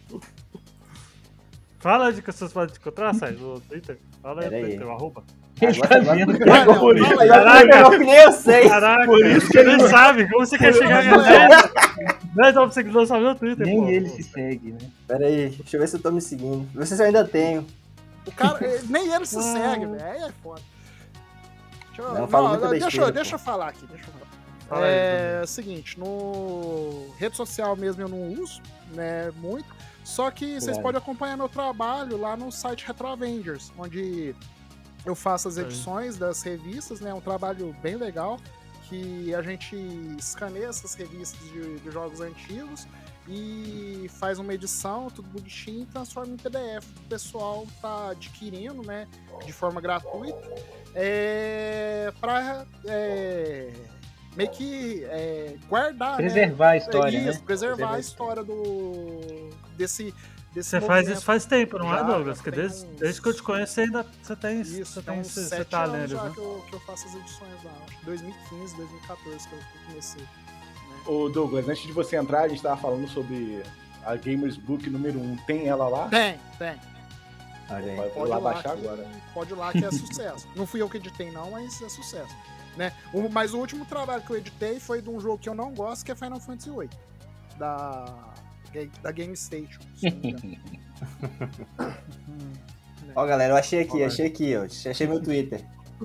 Fala de que vocês podem encontrar, Sérgio, no Twitter. Fala aí no Pera aí. Twitter, o arroba. Agora, agora, Vai, Léo, por isso, fala aí. Caraca. que nem eu sei. Caraca, Por isso que ele ele nem sabe. Como você quer chegar na gente? Dez novos seguidores só no Twitter, Nem pô. ele se segue, né? Pera aí, deixa eu ver se eu tô me seguindo. Não sei se eu ainda tenho. O cara, eh, nem ele se Ah. segue, velho. Aí é foda. Deixa eu, Não, fala muita deixa, besteira, eu- deixa pô. eu falar aqui, deixa eu falar. Fala aí, É o seguinte, no rede social mesmo eu não uso, né, muito. Só que vocês Claro. podem acompanhar meu trabalho lá no site Retro Avengers, onde eu faço as Sim. edições das revistas, né? É um trabalho bem legal, que a gente escaneia essas revistas de, de jogos antigos e faz uma edição, tudo bonitinho, e transforma em P D F. O pessoal tá adquirindo, né, de forma gratuita, é, para meio que é, guardar, Preservar a né? história, Isso, né? preservar a história do desse desse Você faz movimento. isso faz tempo, não Já, é, Douglas? já Que tem desde, uns- desde que eu te conheço, você ainda você tem, Isso, você tem tem uns esse, esse sete talento, anos já né? que eu, que eu faço as edições lá. Acho que dois mil e quinze, dois mil e quatorze que eu, que eu comecei. Né? Ô Douglas, antes de você entrar, a gente tava falando sobre a Gamers Book número um. Tem ela lá? Tem, tem. Olha aí. Pode, Pode ir lá ir lá, baixar que, agora. pode ir lá que é sucesso. Não fui eu que editei não, mas é sucesso. Né? O, mas o último trabalho que eu editei foi de um jogo que eu não gosto, que é Final Fantasy oito. Da, da Game Station. Se não me engano. Ó, galera, eu achei aqui, Olha. achei aqui, ó. Achei meu Twitter.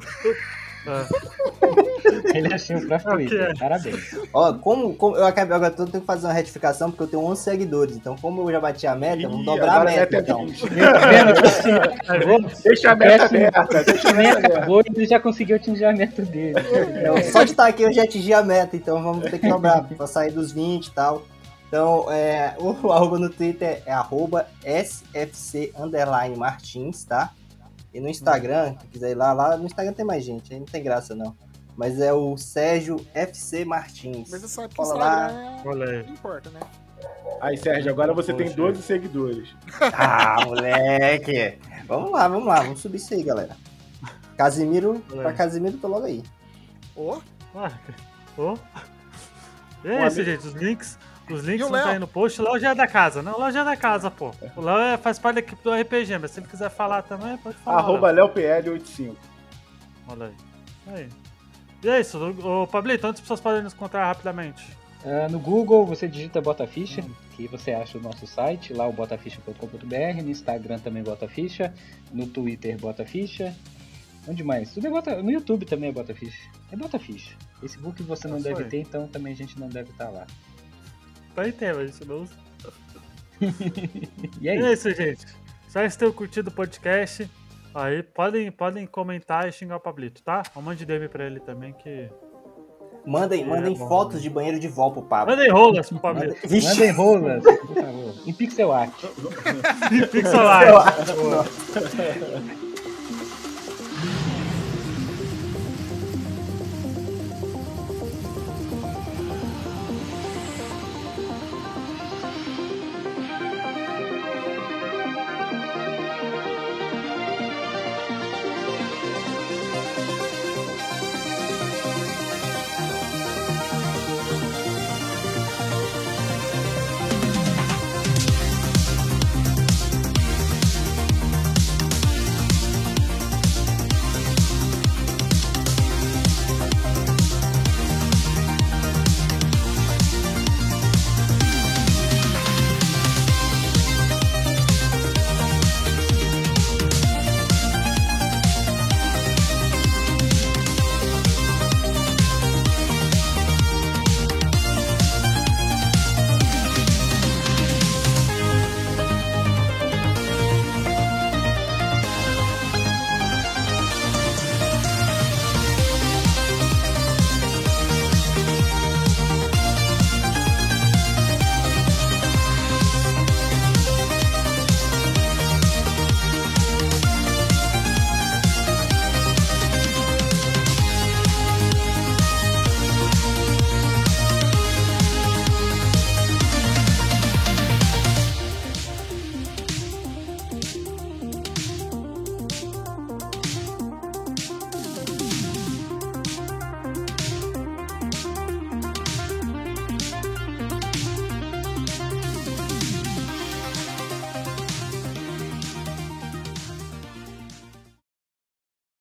É. Ele achou o próprio Ok. Twitter. Parabéns. Ó, como, como eu acabei, agora eu tenho que fazer uma retificação, porque eu tenho onze seguidores. Então, como eu já bati a meta, vamos Ih, dobrar a agora meta, é então. vinte. Deixa a meta aberta, deixa a A meta meta aberta. acabou e ele já conseguiu atingir a meta dele. Então, só de estar aqui eu já atingi a meta, então vamos ter que dobrar pra sair dos vinte e tal. Então, é, o, o arroba no Twitter é arroba S F C underline Martins, tá? E no Instagram, quem quiser ir lá, lá no Instagram tem mais gente, aí não tem graça não. Mas é o Sérgio F C Martins. Mas você sabe que o Cola lá. Instagram Olha é... aí. não importa, né? Aí, Sérgio, agora você tem Poxa. doze seguidores. Ah, moleque! Vamos lá, vamos lá, vamos subir isso aí, galera. Casimiro, Olha pra aí. Casimiro, tô logo aí. Ô, Ah, ô. E Um é isso, amigo- gente. Os links, os E links o não tá Léo? aí no post. O Léo já é da casa, não? O Léo já é da casa, pô. O Léo é- faz parte da equipe do R P G, mas se ele quiser falar também, pode falar. Arroba Léo. Léo P L oitenta e cinco. Olha aí. Aí. E é isso, ô Pablito, onde as pessoas podem nos encontrar rapidamente? Ah, no Google você digita Botaficha, que você acha o nosso site, lá o botaficha ponto com ponto b r, no Instagram também Botaficha, no Twitter Botaficha. Onde mais? Tudo é Bota... No YouTube também é Botaficha. É Botaficha. Facebook você não Isso deve aí. ter, então também a gente não deve estar lá. Tá em tema isso, não? E E aí? é isso, gente. Espero que tenham curtido o podcast. Aí, podem, podem comentar e xingar o Pablito, tá? Um monte de D M pra ele também, que... Mandem, mandem É bom, fotos né? de banheiro de vó pro Pablo. Mandem rolas pro Pablito. Vixe. Mandem rolas, por favor. Em pixel art. Pixel art. Nossa.